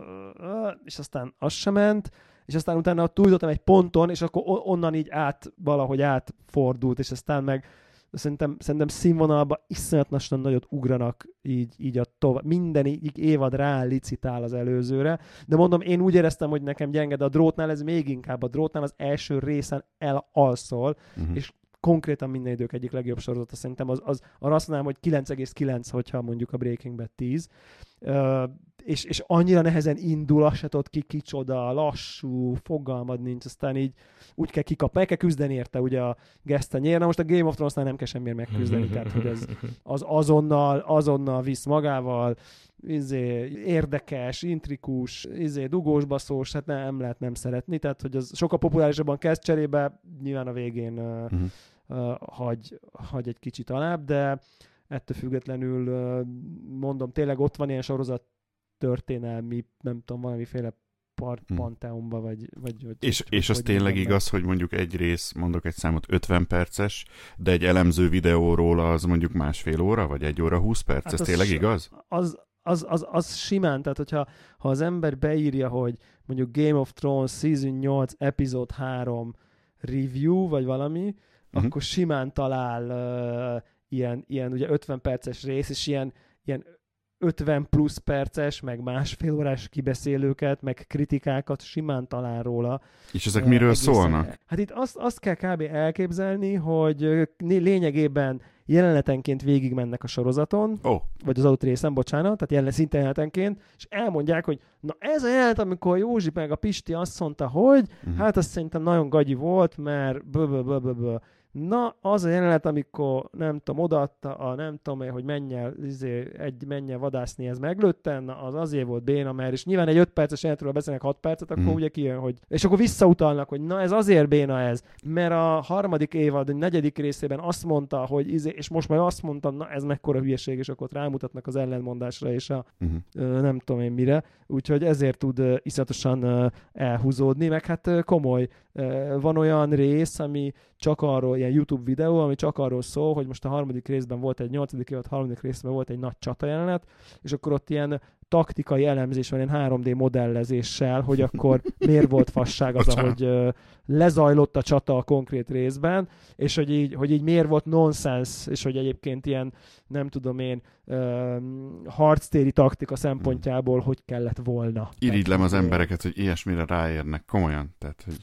és aztán az sem ment, és aztán utána túljutottam egy ponton, és akkor onnan így át, valahogy átfordult, és aztán meg szerintem, szerintem színvonalban iszonyatosan nagyot ugranak így, így a tovább. Minden így évad rá licitál az előzőre, de mondom, én úgy éreztem, hogy nekem gyenge, de a Drótnál ez még inkább, a Drótnál az első részen elalszol, uh-huh. és konkrétan minden idők egyik legjobb sorozata szerintem, az, az arra azt mondanám, hogy kilenc egész kilenc, hogyha mondjuk a Breaking Bad tíz. Uh, és, és annyira nehezen indul, azt se tudod ki kicsoda, lassú, fogalmad nincs, aztán így úgy kell kikapni, meg kell küzdeni érte ugye a gesztenyér. Na most a Game of Thrones-nál nem kell semmiért megküzdeni, tehát hogy ez az azonnal, azonnal visz magával, izé, érdekes, intrikus, izé, dugós baszós, hát nem lehet nem szeretni, tehát hogy az sokkal populárisabban kezd, cserébe nyilván a végén uh, uh-huh. uh, hagy, hagy egy kicsit alább, de ettől függetlenül uh, mondom, tényleg ott van ilyen sorozat történelmi, nem tudom, valamiféle part, hmm. panteonba, vagy... vagy, vagy és vagy, és az tényleg igaz, hogy mondjuk egy rész, mondok egy számot, ötven perces, de egy elemző videóról az mondjuk másfél óra, vagy egy óra húsz perc, hát ez tényleg igaz? Az, az, az, az simán, tehát hogyha ha az ember beírja, hogy mondjuk Game of Thrones Season nyolc Episode három review, vagy valami, uh-huh. akkor simán talál uh, ilyen, ilyen ugye ötven perces rész, és ilyen, ilyen ötven plusz perces, meg másfél órás kibeszélőket, meg kritikákat simán talál róla. És ezek miről egészen szólnak? Hát itt azt, azt kell kb. Elképzelni, hogy lényegében jelenetenként végigmennek a sorozaton, oh. vagy az adott részen, bocsánat, tehát jelen, szinte jelenetenként, és elmondják, hogy na ez a jelenet, amikor Józsi meg a Pisti azt mondta, hogy uh-huh. hát azt szerintem nagyon gagyi volt, mert bö Na, az a jelenet, amikor nem tudom, odaadta a nem tudom, hogy menjen, izé, egy menjen vadászni, ez meglőtten, na, az azért volt béna, mert és nyilván egy öt perces jelenetről beszélnek hat percet, akkor mm. ugye kijön, hogy... És akkor visszautalnak, hogy na ez azért béna ez, mert a harmadik évad, a negyedik részében azt mondta, hogy izé, és most már azt mondtam, na ez mekkora hülyeség, és akkor rámutatnak az ellenmondásra, és a mm. ö, nem tudom én mire. Úgyhogy ezért tud ö, iszonyatosan ö, elhúzódni, meg hát ö, komoly. Ö, van olyan rész, ami csak arról, ilyen YouTube videó, ami csak arról szól, hogy most a harmadik részben volt egy nyolcadik évad, harmadik részben volt egy nagy csata jelenet, és akkor ott ilyen taktikai elemzés van, ilyen három dé modellezéssel, hogy akkor miért volt fasság az, ahogy uh, lezajlott a csata a konkrét részben, és hogy így, hogy így miért volt nonsense, és hogy egyébként ilyen, nem tudom én, uh, harctéri taktika szempontjából hogy kellett volna. Irigylem az embereket, hogy ilyesmire ráérnek, komolyan. Tehát, hogy...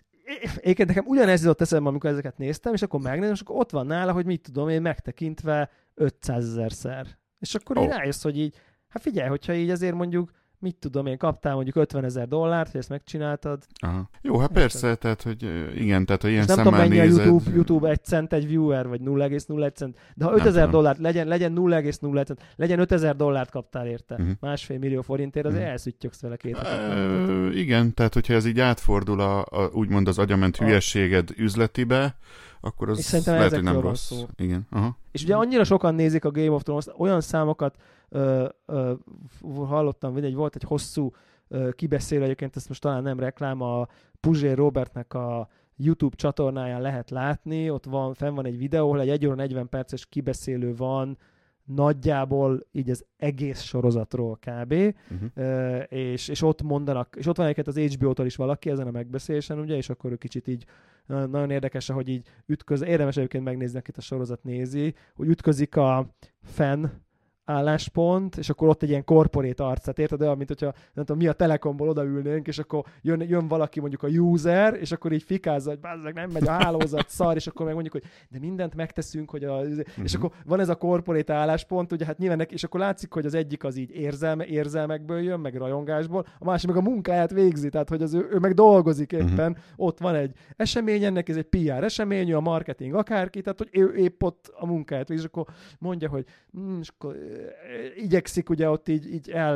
Éként nekem ugyanez jutott eszembe, amikor ezeket néztem, és akkor megnézem, és akkor ott van nála, hogy mit tudom én megtekintve ötszázezerszer. És akkor oh. így rájössz, hogy így, hát figyelj, hogyha így azért mondjuk, mit tudom én, kaptál mondjuk ötvenezer dollárt, hogy ezt megcsináltad. Aha. Jó, hát persze, hát, tehát, hogy igen, tehát, hogy ilyen szemmel nézed... nem tudom, mennyi a YouTube, YouTube egy cent egy viewer, vagy nulla egész nulla egy cent, de ha ötezer dollárt legyen, legyen nulla egész nulla egy cent, legyen ötezer dollárt kaptál érte, uh-huh. másfél millió forintért, azért uh-huh. elszüttyöksz vele két uh, Igen, tehát, hogyha ez így átfordul a, a úgymond az agyament hülyeséged üzletibe, akkor az lehet, hogy nem rossz. Szó. Igen. Aha. És ugye annyira sokan nézik a Game of Thrones, olyan számokat ö, ö, hallottam, hogy volt egy hosszú ö, kibeszélő, egyébként ezt most talán nem reklám, a Puzsér Robertnek a YouTube csatornáján lehet látni, ott van, fenn van egy videó, ahol egy egy óra negyven perces kibeszélő van, nagyjából így az egész sorozatról kb. Uh-huh. Uh, és, és ott mondanak, és ott van egyébként az há bé ó-tól is valaki ezen a megbeszélésen, ugye, és akkor ő kicsit így nagyon érdekes, hogy így ütköz, érdemes egyébként megnézni, akit a sorozat nézi, hogy ütközik a fan álláspont, és akkor ott egy ilyen korporét arcát, érted? Olyan, mint hogyha nem tudom, mi a Telekomból odaülnénk, és akkor jön, jön valaki mondjuk a user, és akkor így fikázza, hogy bázzag, nem megy a hálózat, szar, és akkor meg mondjuk, hogy de mindent megteszünk, hogy a... Uh-huh. És akkor van ez a korporét álláspont, ugye hát nyilván neki, és akkor látszik, hogy az egyik az így érzelme, érzelmekből jön, meg rajongásból, a másik meg a munkáját végzi, tehát hogy az ő, ő meg dolgozik éppen, uh-huh. ott van egy esemény, ennek ez egy pé er esemény, a marketing akárki, tehát hogy ő épp ott a munkáját végzi, és akkor mondja, hogy hm, és akkor igyekszik ugye ott így, így el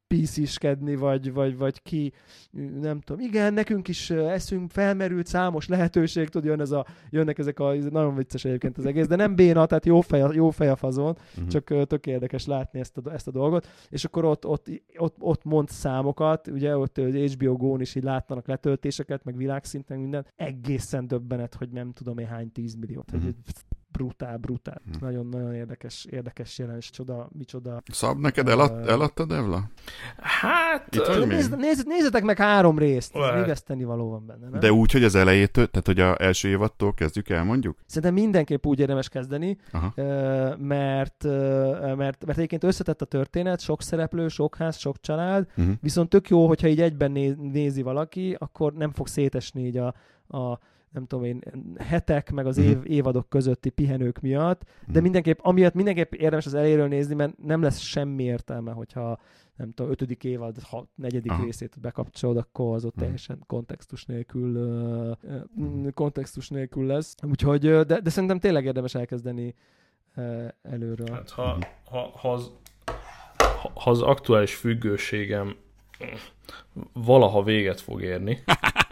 pé cé-skedni, vagy, vagy, vagy ki, nem tudom, igen, nekünk is eszünk, felmerült számos lehetőség, tudod, jön ez a, jönnek ezek a, nagyon vicces egyébként az egész, de nem béna, tehát jó fej, jó fej a fazon, uh-huh. csak tök érdekes látni ezt a, ezt a dolgot, és akkor ott, ott, ott, ott mond számokat, ugye ott az há bé o Go-n is így látnak letöltéseket, meg világszinten minden, egészen döbbenet, hogy nem tudom én hány tízmilliót, uh-huh. hogy brutál, brutál. Hmm. Nagyon-nagyon érdekes, érdekes jelens, csoda, micsoda. Szab, neked elad, uh, eladtad, Evla? Hát... Uh, nézz, nézz, nézzetek meg három részt, még veszteni való van benne, nem? De úgy, hogy az elejétől, tehát hogy az első évadtól kezdjük el, mondjuk? Szerintem mindenképp úgy érdemes kezdeni, uh, mert, uh, mert, mert egyébként összetett a történet, sok szereplő, sok ház, sok család, uh-huh. viszont tök jó, hogyha így egyben néz, nézi valaki, akkor nem fog szétesni így a, a nem tudom én, hetek, meg az év, évadok közötti pihenők miatt, de mindenképp, amiatt mindenképp érdemes az elejéről nézni, mert nem lesz semmi értelme, hogyha nem tudom, ötödik évad, ha negyedik Aha. részét bekapcsolod, akkor az ott hmm. teljesen kontextus nélkül uh, kontextus nélkül lesz. Úgyhogy, de, de szerintem tényleg érdemes elkezdeni uh, előről. Hát ha, ha, ha, az, ha az aktuális függőségem valaha véget fog érni,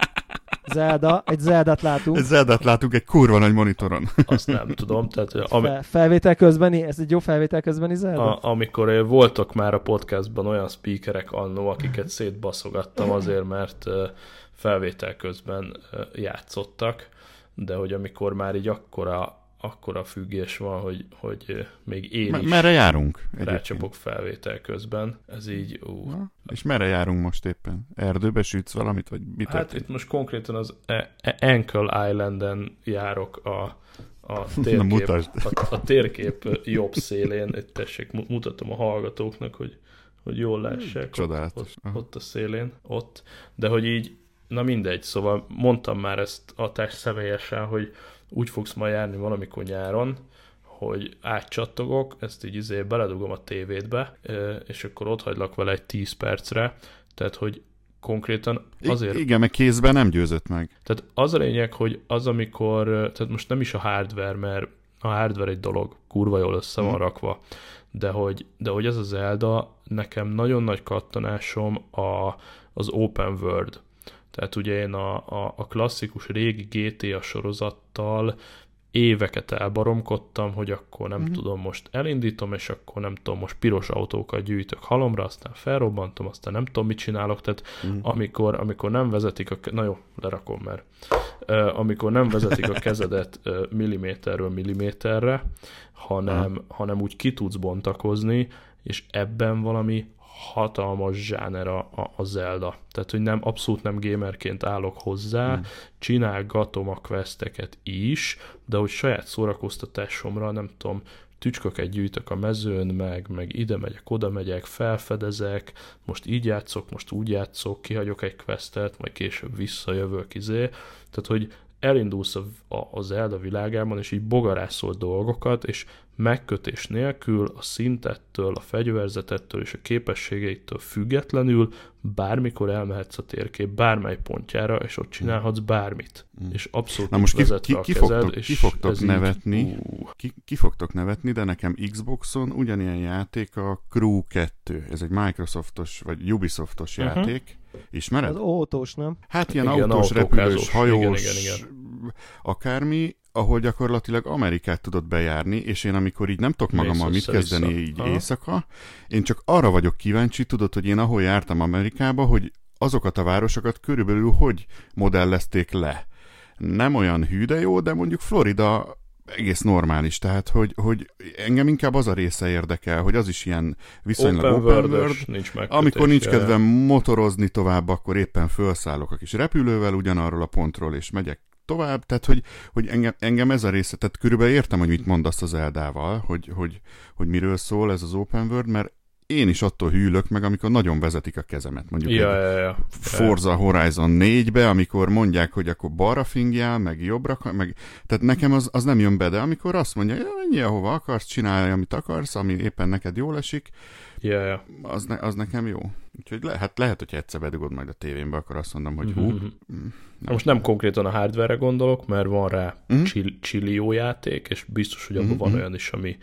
Zelda, egy Zeldát látunk. Egy Zeldát látunk egy kurva nagy monitoron. Azt nem tudom. Tehát, ami... Fel, felvétel közbeni, ez egy jó felvétel közbeni Zelda? A, amikor voltak már a podcastban olyan speakerek annó, akiket szétbaszogattam azért, mert felvétel közben játszottak, de hogy amikor már így akkora, akkora függés van, hogy, hogy még én is merre járunk? Rácsapok felvétel közben. Ez így... Ú. Na, és merre járunk most éppen? Erdőbe sütsz valamit, vagy mit? Hát itt most konkrétan az Ankle Islanden járok a, a, térkép, a, a térkép jobb szélén. Itt tessék, mutatom a hallgatóknak, hogy, hogy jól lássák. Csodálatos. Ott, ott a szélén, ott. De hogy így, na mindegy, szóval mondtam már ezt a test személyesen, hogy úgy fogsz majd járni valamikor nyáron, hogy átcsattogok, ezt így izé beledugom a tévédbe, és akkor ott hagylak vele egy tíz percre, tehát hogy konkrétan azért... I- igen, meg kézben nem győzött meg. Tehát az a lényeg, hogy az, amikor, tehát most nem is a hardware, mert a hardware egy dolog, kurva jól össze van hmm. rakva, de hogy, de hogy ez az Zelda, nekem nagyon nagy kattanásom a, az open world. Tehát ugye én a, a, a klasszikus régi gé té á sorozattal éveket elbaromkodtam, hogy akkor nem mm-hmm. tudom, most elindítom, és akkor nem tudom, most piros autókat gyűjtök halomra, aztán felrobbantom, aztán nem tudom, mit csinálok, tehát mm-hmm. amikor, amikor nem vezetik a... Na jó, lerakom már. Uh, amikor nem vezetik a kezedet uh, milliméterről milliméterre, hanem, mm. hanem úgy ki tudsz bontakozni, és ebben valami hatalmas zsáner a, a, a Zelda. Tehát, hogy nem, abszolút nem gamerként állok hozzá, hmm. csinálgatom a questeket is, de hogy saját szórakoztatásomra, nem tudom, tücsköket gyűjtök a mezőn, meg, meg ide megyek, oda megyek, felfedezek, most így játszok, most úgy játszok, kihagyok egy questet, majd később visszajövök, izé. Tehát, hogy elindulsz a, a, a Zelda világában, és így bogarászol dolgokat, és megkötés nélkül a szintettől, a fegyverzetettől és a képességeitől függetlenül bármikor elmehetsz a térkép bármely pontjára, és ott csinálhatsz bármit. Mm. És abszolút Na most ki, ki, a ki, kezed, fogtok, és ki fogtok nevetni, így, ki, ki fogtok nevetni, de nekem Xboxon ugyanilyen játék a Crew kettő. Ez egy Microsoftos, vagy Ubisoftos uh-huh. játék. Ismered? Az autós, nem? Hát ilyen igen, autós, repülős, hajós, igen, igen, igen. akármi, ahol gyakorlatilag Amerikát tudod bejárni, és én amikor így nem tudok magammal mit kezdeni így Aha. éjszaka, én csak arra vagyok kíváncsi, tudod, hogy én ahol jártam Amerikába, hogy azokat a városokat körülbelül hogy modellezték le. Nem olyan hű, de jó, de mondjuk Florida egész normális, tehát hogy, hogy engem inkább az a része érdekel, hogy az is ilyen viszonylag open, open world, nincs amikor nincs kedvem motorozni tovább, akkor éppen felszállok a kis repülővel ugyanarról a pontról, és megyek tovább, tehát hogy, hogy engem, engem ez a része, tehát körülbelül értem, hogy mit mondasz az Zeldával, hogy, hogy, hogy miről szól ez az open world, mert én is attól hűlök meg, amikor nagyon vezetik a kezemet. Mondjuk ja, ja, ja. Forza Horizon négybe, amikor mondják, hogy akkor balra fingjál, meg jobbra, meg... tehát nekem az, az nem jön be, de amikor azt mondja, hogy menjél, ahova akarsz, csinálj, amit akarsz, ami éppen neked jól esik, ja, ja. Az, ne, az nekem jó. Úgyhogy le, hát lehet, hogy egyszer bedugod majd a tévénbe, akkor azt mondom, hogy hú. Mm-hmm. Nem. Most nem konkrétan a hardware-re gondolok, mert van rá mm-hmm. Chilio játék, és biztos, hogy abban mm-hmm. van olyan is, ami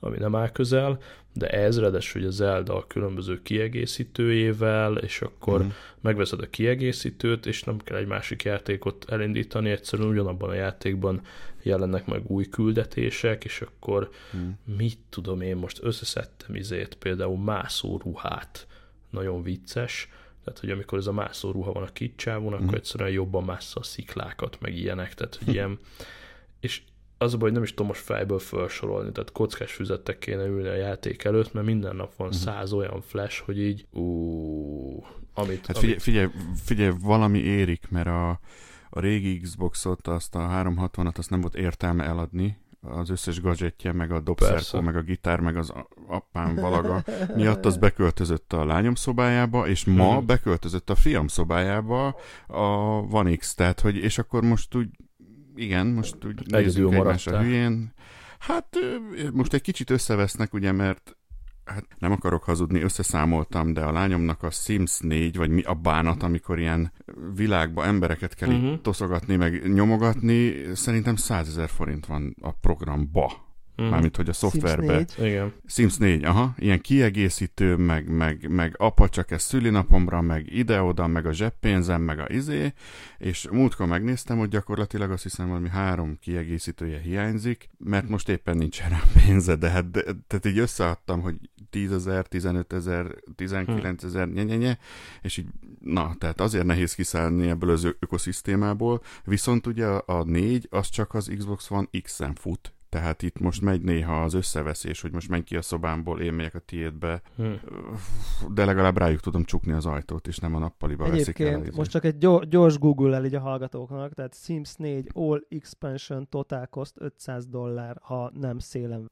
ami nem áll közel, de ez ráadásul a Zelda a különböző kiegészítőjével, és akkor mm. megveszed a kiegészítőt, és nem kell egy másik játékot elindítani, egyszerűen ugyanabban a játékban jelennek meg új küldetések, és akkor mm. mit tudom én, most összeszedtem izét, például mászóruhát, nagyon vicces, tehát, hogy amikor ez a mászóruha van a kicsávon, akkor mm. egyszerűen jobban mássza a sziklákat, meg ilyenek, tehát, hogy ilyen, és az a baj, hogy nem is tudom most fejből felsorolni, tehát kockás füzettek kéne ülni a játék előtt, mert minden nap van száz uh-huh. olyan flash, hogy így ú, amit... Hát figyelj, amit... figyelj, figyelj, valami érik, mert a, a régi Xboxot, azt a háromszázhatvanat, azt nem volt értelme eladni, az összes gadgetje, meg a dobszerkó, meg a gitár, meg az apám valaga miatt az beköltözött a lányom szobájába, és ma uh-huh. beköltözött a fiam szobájába a One X, tehát, hogy, és akkor most úgy igen, most úgy nézzük egymásra hülyén. Hát most egy kicsit összevesznek, ugye, mert hát nem akarok hazudni, összeszámoltam, de a lányomnak a Sims négy, vagy mi a bánat, amikor ilyen világba embereket kell uh-huh. toszogatni, meg nyomogatni, szerintem százezer forint van a programba. Mm. Mármint, hogy a szoftverbe. Sims négy. Igen. Sims négy, aha. Ilyen kiegészítő, meg, meg, meg apa csak ez szülinapomra, meg ide-oda, meg a zseppénzem, meg a izé, és múltkor megnéztem, hogy gyakorlatilag azt hiszem, valami három kiegészítője hiányzik, mert most éppen nincsen rá pénze, de hát de, tehát így összeadtam, hogy tízezer, tizenötezer, tizenkilencezer, mm. nye-nye-nye, és így, na, tehát azért nehéz kiszállni ebből az ökoszisztémából, viszont ugye a, a négy, az csak az Xbox One X-en fut. Tehát itt most megy néha az összeveszés, hogy most menj ki a szobámból, én megyek a tiédbe, hmm. de legalább rájuk tudom csukni az ajtót, és nem a nappaliba veszik el. Egyébként most csak egy gyors Google-el így a hallgatóknak, tehát Sims négy All Expansion Total Cost ötszáz dollár, ha nem szélen.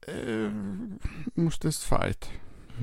Most ez fájt.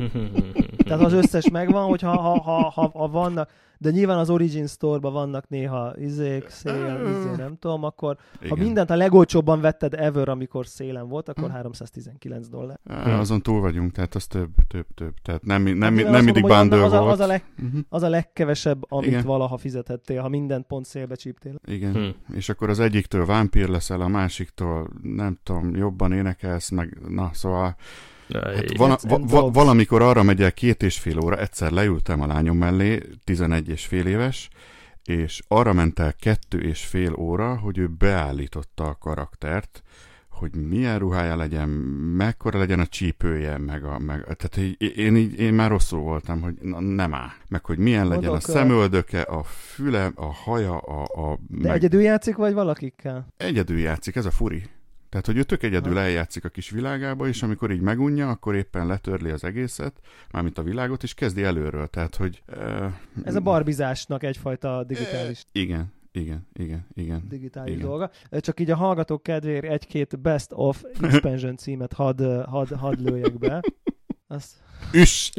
Tehát az összes megvan, hogy ha, ha, ha, ha, ha vannak, de nyilván az Origin Store-ban vannak néha izék, szél, izé, nem tudom, akkor igen. Ha mindent a legolcsóbban vetted ever, amikor szélen volt, akkor háromszáztizenkilenc dollár. Á, azon túl vagyunk, tehát az több, több, több. Tehát nem, nem, nem, nem mindig bundle az, volt. Az a, leg, uh-huh. az a legkevesebb, amit igen. valaha fizethettél, ha mindent pont szélbe csíptél. Igen, hmm. és akkor az egyiktől vámpír leszel, a másiktól nem tudom, jobban énekelsz, meg na, szóval hát vala, va, va, valamikor arra megyek két és fél óra, egyszer leültem a lányom mellé, tizenegy és fél éves, és arra ment el kettő és fél óra, hogy ő beállította a karaktert, hogy milyen ruhája legyen, mekkora legyen a csípője, meg a... Meg, tehát én, így, én már rosszul voltam, hogy na, nem áll. Meg hogy milyen legyen Mondok, a szemöldöke, a füle, a haja, a... a De meg... egyedül játszik, vagy valakikkel? Egyedül játszik, ez a furi. Tehát, hogy ő tök egyedül ha. eljátszik a kis világába, és amikor így megunja, akkor éppen letörli az egészet, mármint a világot, és kezdi előről. Tehát, hogy... Uh, ez a barbizásnak egyfajta digitális... Uh, igen, igen, igen, igen. Digitális igen. dolga. Csak így a hallgatók kedvéért egy-két Best of Expansion címet hadd had, had lőjek be. Azt... Üss!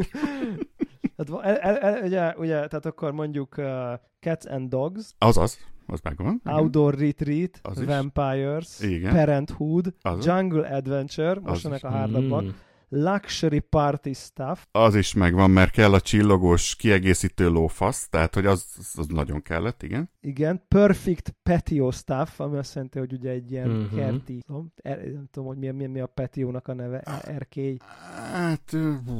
tehát, el, el, el, ugye, ugye, tehát akkor mondjuk uh, Cats and Dogs. Azaz. Az megvan. Outdoor Retreat, az Vampires, igen. Parenthood, az Jungle Adventure, most ennek a hárdabbak, mm. Luxury Party Stuff. Az is megvan, mert kell a csillogós kiegészítő lófasz, tehát hogy az, az nagyon kellett, igen. Igen, Perfect Patio Stuff, ami azt jelenti, hogy ugye egy ilyen mm-hmm. kerti, nem, nem tudom, hogy mi, mi, mi a patiónak a neve, erkély. Hát,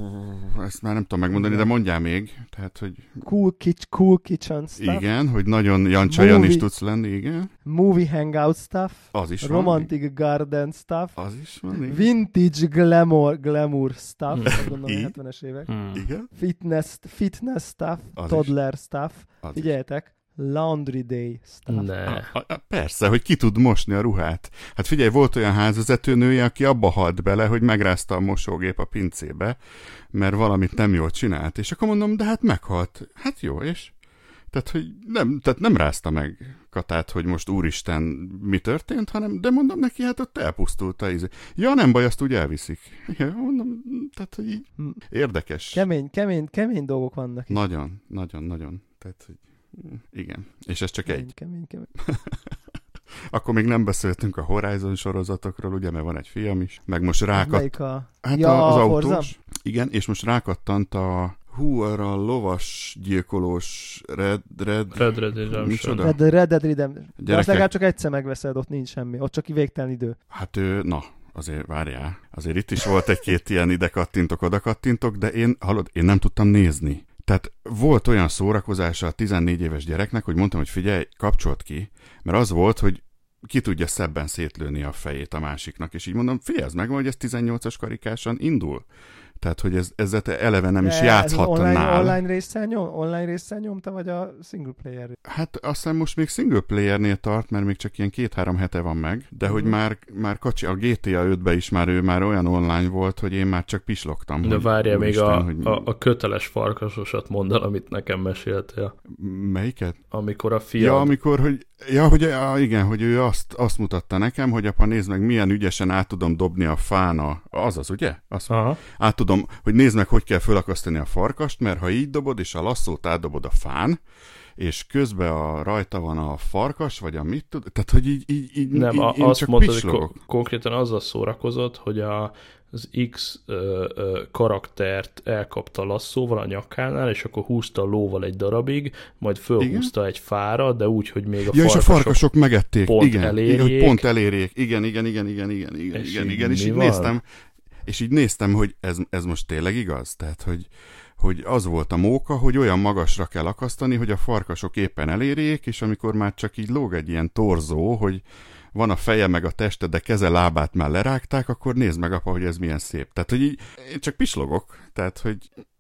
ezt már nem tudom megmondani, igen. De mondjál még. Tehát, hogy... Cool, kitch, cool Kitchen Stuff. Igen, hogy nagyon jancsajan is tudsz lenni, igen. Movie Hangout Stuff. Az is Romantic van. Garden Stuff. Az is van, igen. Vintage Glamour, glamour Stuff, azt gondolom, a hetvenes évek. Igen. Fitness, fitness Stuff, az Toddler is. Stuff. Az Figyeljetek. Is. Laundry Day Stuff. Ne. A, a, persze, hogy ki tud mosni a ruhát. Hát figyelj, volt olyan házvezetőnője, aki abba halt bele, hogy megrázta a mosógép a pincébe, mert valamit nem jól csinált. És akkor mondom, de hát meghalt. Hát jó, és? Tehát, hogy nem, tehát nem rázta meg Katát, hogy most úristen mi történt, hanem, de mondom neki, hát ott elpusztult a íze. Ja, nem baj, azt úgy elviszik. Ja, mondom, tehát, hogy így érdekes. Kemény, kemény, kemény dolgok vannak itt. Nagyon, nagyon, nagyon. Tehát, hogy igen. És ez csak kemény, egy. Kemény, kemény. Akkor még nem beszéltünk a Horizon sorozatokról, ugye, mert van egy film is. Meg most rákadt... A... Hát ja, az a autós. Forza? Igen, és most rákattant a hú, arra a lovas gyilkolós Red... Red... Red Red Redemption. Red, Red Dead Redemption. De Gyerekek... azt legalább csak egyszer megveszed, ott nincs semmi. Ott csak végtelen idő. Hát ő, na, azért várjál, azért itt is volt egy-két ilyen ide kattintok, oda kattintok, de én, hallod, én nem tudtam nézni. Tehát volt olyan szórakozása a tizennégy éves gyereknek, hogy mondtam, hogy figyelj, kapcsolt ki, mert az volt, hogy ki tudja szebben szétlőni a fejét a másiknak, és így mondom, figyelj, meg, hogy ez tizennyolcas karikásan indul. Tehát, hogy ez, ezzel te eleve nem de is játszhatnál. Online, online részsel nyom, online részsel nyomta, vagy a single player? Hát azt hiszem most még single playernél tart, mert még csak ilyen két-három hete van meg, de mm. hogy már, már kacsi, a gé té á ötben is már ő már olyan online volt, hogy én már csak pislogtam. De várjál, még Isten, a, hogy... a, a köteles farkasosat mondd el, amit nekem meséltél. Melyiket? Amikor a fiad... Ja, amikor, hogy Ja, hogy ja, igen, hogy ő azt, azt mutatta nekem, hogy apa, nézd meg, milyen ügyesen át tudom dobni a fán a... Azaz, ugye? Azt át tudom, hogy nézd meg, hogy kell fölakasztani a farkast, mert ha így dobod, és a lasszót átdobod a fán, és közben a, rajta van a farkas, vagy a mit tud... Tehát, hogy így, így, így Nem, így, a, én azt csak mondtad, pislogok. hogy ko- konkrétan azzal szórakozott, hogy a az X ö, ö, karaktert elkapta lasszóval a nyakánál, és akkor húzta a lóval egy darabig, majd fölhúzta egy fára, de úgy, hogy még a ja, farkasok, és a farkasok megették. Pont igen, elérjék. hogy pont elérjék. Igen, igen, igen, igen, igen, igen, és igen, így igen. És így van? néztem, és így néztem, hogy ez, ez most tényleg igaz? Tehát, hogy, hogy az volt a móka, hogy olyan magasra kell akasztani, hogy a farkasok éppen elérjék, és amikor már csak így lóg egy ilyen torzó, hogy van a feje meg a teste, de keze lábát már lerágták, akkor nézd meg, apa, hogy ez milyen szép. Tehát, hogy így, én csak pislogok. Tehát, hogy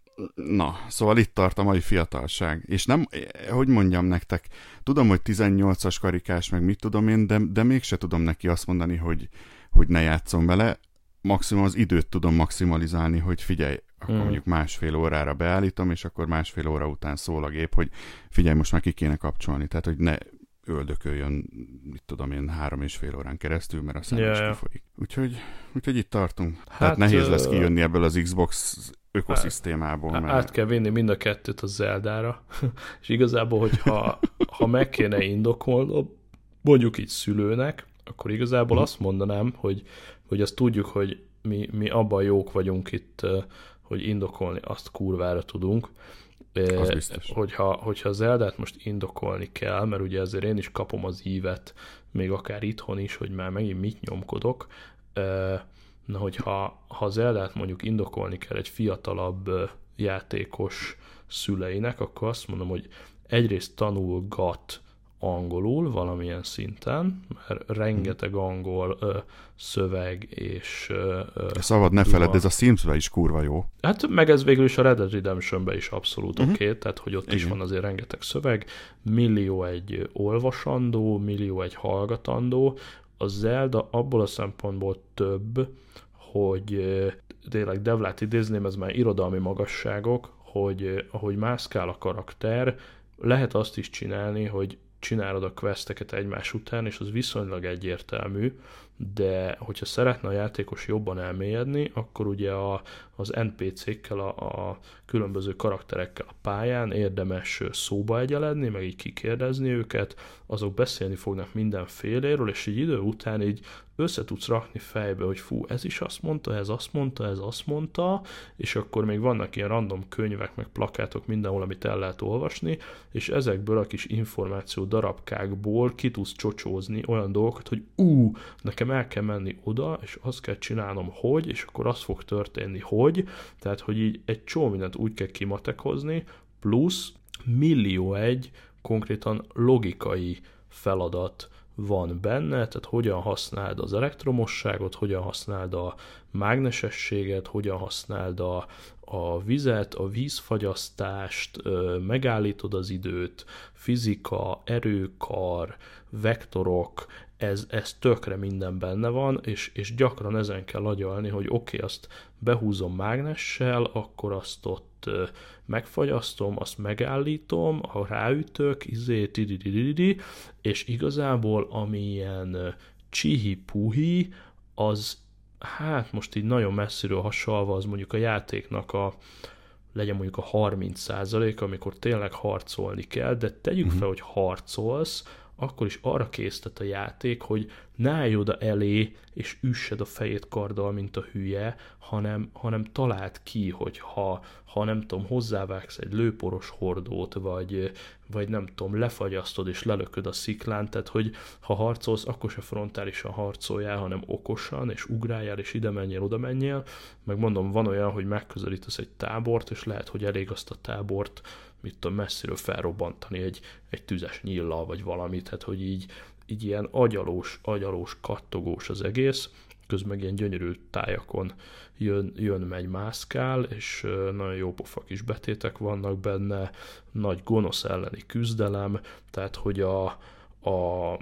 na, szóval itt tart a mai fiatalság. És nem, hogy mondjam nektek, tudom, hogy tizennyolcas karikás, meg mit tudom én, de, de mégse tudom neki azt mondani, hogy, hogy ne játszom vele. Maximum az időt tudom maximalizálni, hogy figyelj, akkor hmm. mondjuk másfél órára beállítom, és akkor másfél óra után szól a gép, hogy figyelj, most már ki kéne kapcsolni. Tehát, hogy ne öldököljön, mit tudom én, három és fél órán keresztül, mert a szem yeah. is kifolyik. Úgyhogy, úgyhogy itt tartunk. Hát, Tehát nehéz lesz kijönni ebből az Xbox ökoszisztémából. Át, mert... át kell vinni mind a kettőt a Zeldára, és igazából, hogyha ha meg kéne indokolnom, mondjuk így szülőnek, akkor igazából hmm. azt mondanám, hogy, hogy azt tudjuk, hogy mi, mi abban jók vagyunk itt, hogy indokolni azt kurvára tudunk, hogyha, hogyha az Zeldát most indokolni kell, mert ugye ezért én is kapom az ívet, még akár itthon is, hogy már megint mit nyomkodok, na hogyha ha az Zeldát mondjuk indokolni kell egy fiatalabb játékos szüleinek, akkor azt mondom, hogy egyrészt tanulgat angolul valamilyen szinten, mert rengeteg angol ö, szöveg és... Ö, Szabad ne feledd, ez a Sims-be is kurva jó. Hát meg ez végül is a Red Dead Redemption-be is abszolút uh-huh. oké, okay, tehát hogy ott Igen. is van azért rengeteg szöveg, millió egy olvasandó, millió egy hallgatandó, a Zelda abból a szempontból több, hogy tényleg Devlát idézném, ez már irodalmi magasságok, hogy ahogy mászkál a karakter, lehet azt is csinálni, hogy csinálod a questeket egymás után, és az viszonylag egyértelmű, de hogyha szeretne a játékos jobban elmélyedni, akkor ugye a, az en pé cé-kkel, a, a különböző karakterekkel a pályán érdemes szóba egyeledni, meg így kikérdezni őket, azok beszélni fognak mindenféléről, és egy idő után így össze tudsz rakni fejbe, hogy fú, ez is azt mondta, ez azt mondta, ez azt mondta, és akkor még vannak ilyen random könyvek, meg plakátok mindenhol, amit el lehet olvasni, és ezekből a kis információ darabkákból ki tudsz csocsózni olyan dolgokat, hogy ú, nekem el kell menni oda, és azt kell csinálnom, hogy, és akkor az fog történni, hogy, tehát, hogy így egy csomó mindent úgy kell kimatekozni, plusz millió egy konkrétan logikai feladat van benne, tehát hogyan használd az elektromosságot, hogyan használd a mágnesességet, hogyan használd a, a vizet, a vízfagyasztást, megállítod az időt, fizika, erőkar, vektorok, ez, ez tökre minden benne van, és, és gyakran ezen kell agyalni, hogy oké, okay, azt behúzom mágnessel, akkor azt ott megfagyasztom, azt megállítom, ha ráütök, izé, tididididi, és igazából ami ilyen csihi-puhi, az hát most így nagyon messziről hasalva, az mondjuk a játéknak a legyen mondjuk a harminc százalék, amikor tényleg harcolni kell, de tegyük uh-huh. fel, hogy harcolsz, akkor is arra késztet a játék, hogy ne állj oda elé, és üssed a fejét karddal, mint a hülye, hanem, hanem találd ki, hogy ha, ha nem tudom, hozzávágsz egy lőporos hordót, vagy, vagy nem tudom, lefagyasztod és lelököd a sziklán, tehát hogy ha harcolsz, akkor se frontálisan harcoljál, hanem okosan, és ugráljál, és ide menjél, oda menjél. Meg mondom, van olyan, hogy megközelítesz egy tábort, és lehet, hogy elég azt a tábort, mit tudom, messziről felrobbantani egy, egy tüzes nyíllal, vagy valamit, tehát hogy így, így ilyen agyalós, agyalós, kattogós az egész, közben meg ilyen gyönyörű tájakon jön, jön megy, mászkál, és nagyon jó pofa kis betétek vannak benne, nagy gonosz elleni küzdelem, tehát hogy a, a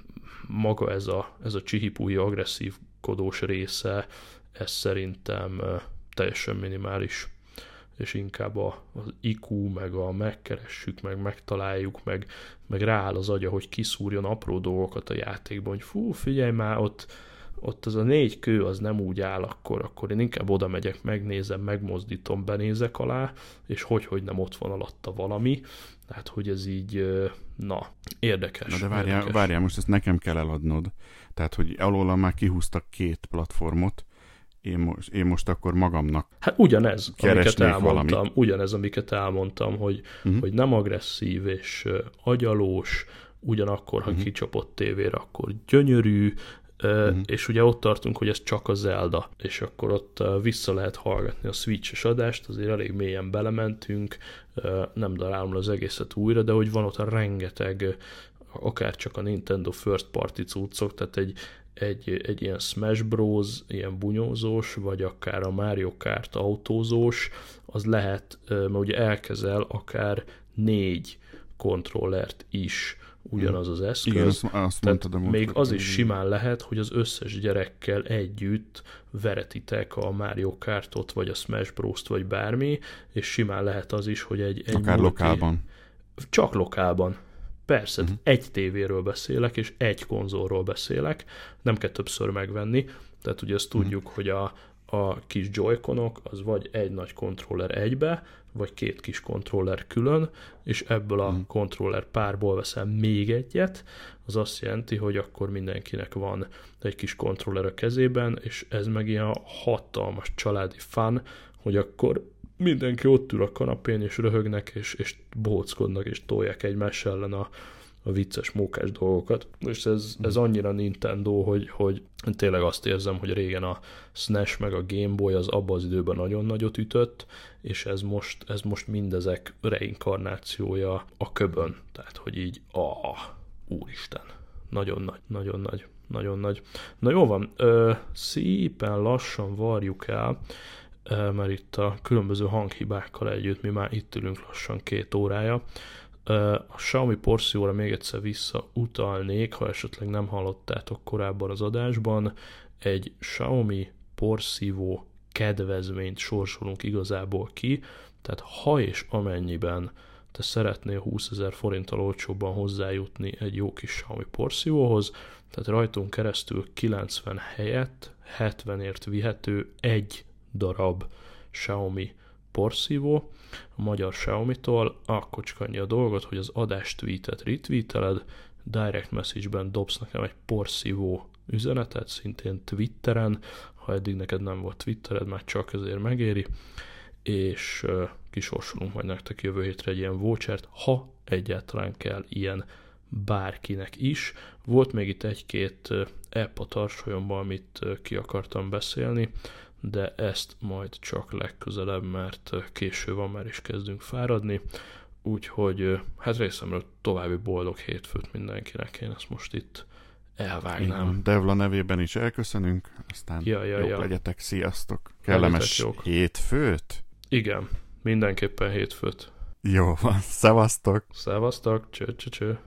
maga ez a, ez a csihipúhi agresszívkodós része, ez szerintem teljesen minimális, és inkább a, az i kú, meg a megkeressük, meg megtaláljuk, meg, meg rááll az agya, hogy kiszúrjon apró dolgokat a játékban, hogy fú, figyelj már, ott, ott az a négy kő az nem úgy áll, akkor, akkor én inkább oda megyek, megnézem, megmozdítom, benézek alá, és hogy, hogy nem ott van alatta valami. Tehát, hogy ez így, na, érdekes. Na de várjál, érdekes. várjál, most ezt nekem kell eladnod. Tehát, hogy alólam már kihúztak két platformot, Én most, én most akkor magamnak hát ugyanez, amiket elmondtam, valamit. ugyanez, amiket elmondtam, hogy, uh-huh. hogy nem agresszív és uh, agyalós, ugyanakkor, ha uh-huh. kicsapott tévére, akkor gyönyörű, uh, uh-huh. és ugye ott tartunk, hogy ez csak a Zelda, és akkor ott uh, vissza lehet hallgatni a Switch-es adást, azért elég mélyen belementünk, uh, nem darálom az egészet újra, de hogy van ott a rengeteg, uh, akár csak a Nintendo First Party cuccok, tehát egy Egy, egy ilyen Smash Bros, ilyen bunyózós, vagy akár a Mario Kart autózós, az lehet, mert ugye elkezel akár négy kontrollert is ugyanaz az eszköz. Igen, azt, azt mondtad a még az is simán lehet, hogy az összes gyerekkel együtt veretitek a Mario Kartot, vagy a Smash Bros-t, vagy bármi, és simán lehet az is, hogy egy... egy akár multi... lokálban. Csak lokálban. Persze, uh-huh. egy tévéről beszélek, és egy konzolról beszélek, nem kell többször megvenni, tehát ugye azt tudjuk, uh-huh. hogy a, a kis joyconok az vagy egy nagy kontroller egybe, vagy két kis kontroller külön, és ebből a uh-huh. kontroller párból veszem még egyet, az azt jelenti, hogy akkor mindenkinek van egy kis kontroller a kezében, és ez meg ilyen hatalmas családi fun, hogy akkor mindenki ott ül a kanapén, és röhögnek, és, és bohóckodnak, és tolják egymás ellen a, a vicces, mókás dolgokat. És ez, ez annyira Nintendo, hogy, hogy tényleg azt érzem, hogy régen a es en e es meg a Game Boy az abban az időben nagyon nagyot ütött, és ez most, ez most mindezek reinkarnációja a köbön. Tehát, hogy így, ah, úristen, nagyon nagy, nagyon nagy, nagyon nagy. Na jó van, ö, szépen lassan varjuk el, mert itt a különböző hanghibákkal együtt mi már itt ülünk lassan két órája. A Xiaomi porszívóra még egyszer visszautalnék, ha esetleg nem hallottátok korábban az adásban. Egy Xiaomi porszívó kedvezményt sorsolunk igazából ki, tehát ha és amennyiben te szeretnél húszezer forinttal olcsóbban hozzájutni egy jó kis Xiaomi porszívóhoz, tehát rajtunk keresztül kilencven helyett hetvenért vihető egy darab Xiaomi porszívó a magyar Xiaomi-tól, akkor csak annyi a dolgot, hogy az adás tweetet retweeteled, direct message-ben dobsz nekem egy porszívó üzenetet, szintén Twitteren, ha eddig neked nem volt Twittered, már csak ezért megéri, és uh, kisorsolunk majd nektek jövő hétre egy ilyen vouchert, ha egyáltalán kell ilyen bárkinek is. Volt még itt egy-két uh, app a tarsolyomban, amit uh, ki akartam beszélni, de ezt majd csak legközelebb, mert késő van, már is kezdünk fáradni, úgyhogy hát részemről további boldog hétfőt mindenkinek, én ezt most itt elvágnám. Igen, Devla nevében is elköszönünk, aztán ja, ja, jók ja. legyetek, sziasztok! Kellemes hétfőt? Igen, mindenképpen hétfőt. Jó van, szevasztok! Szevasztok, cső, cső, cső.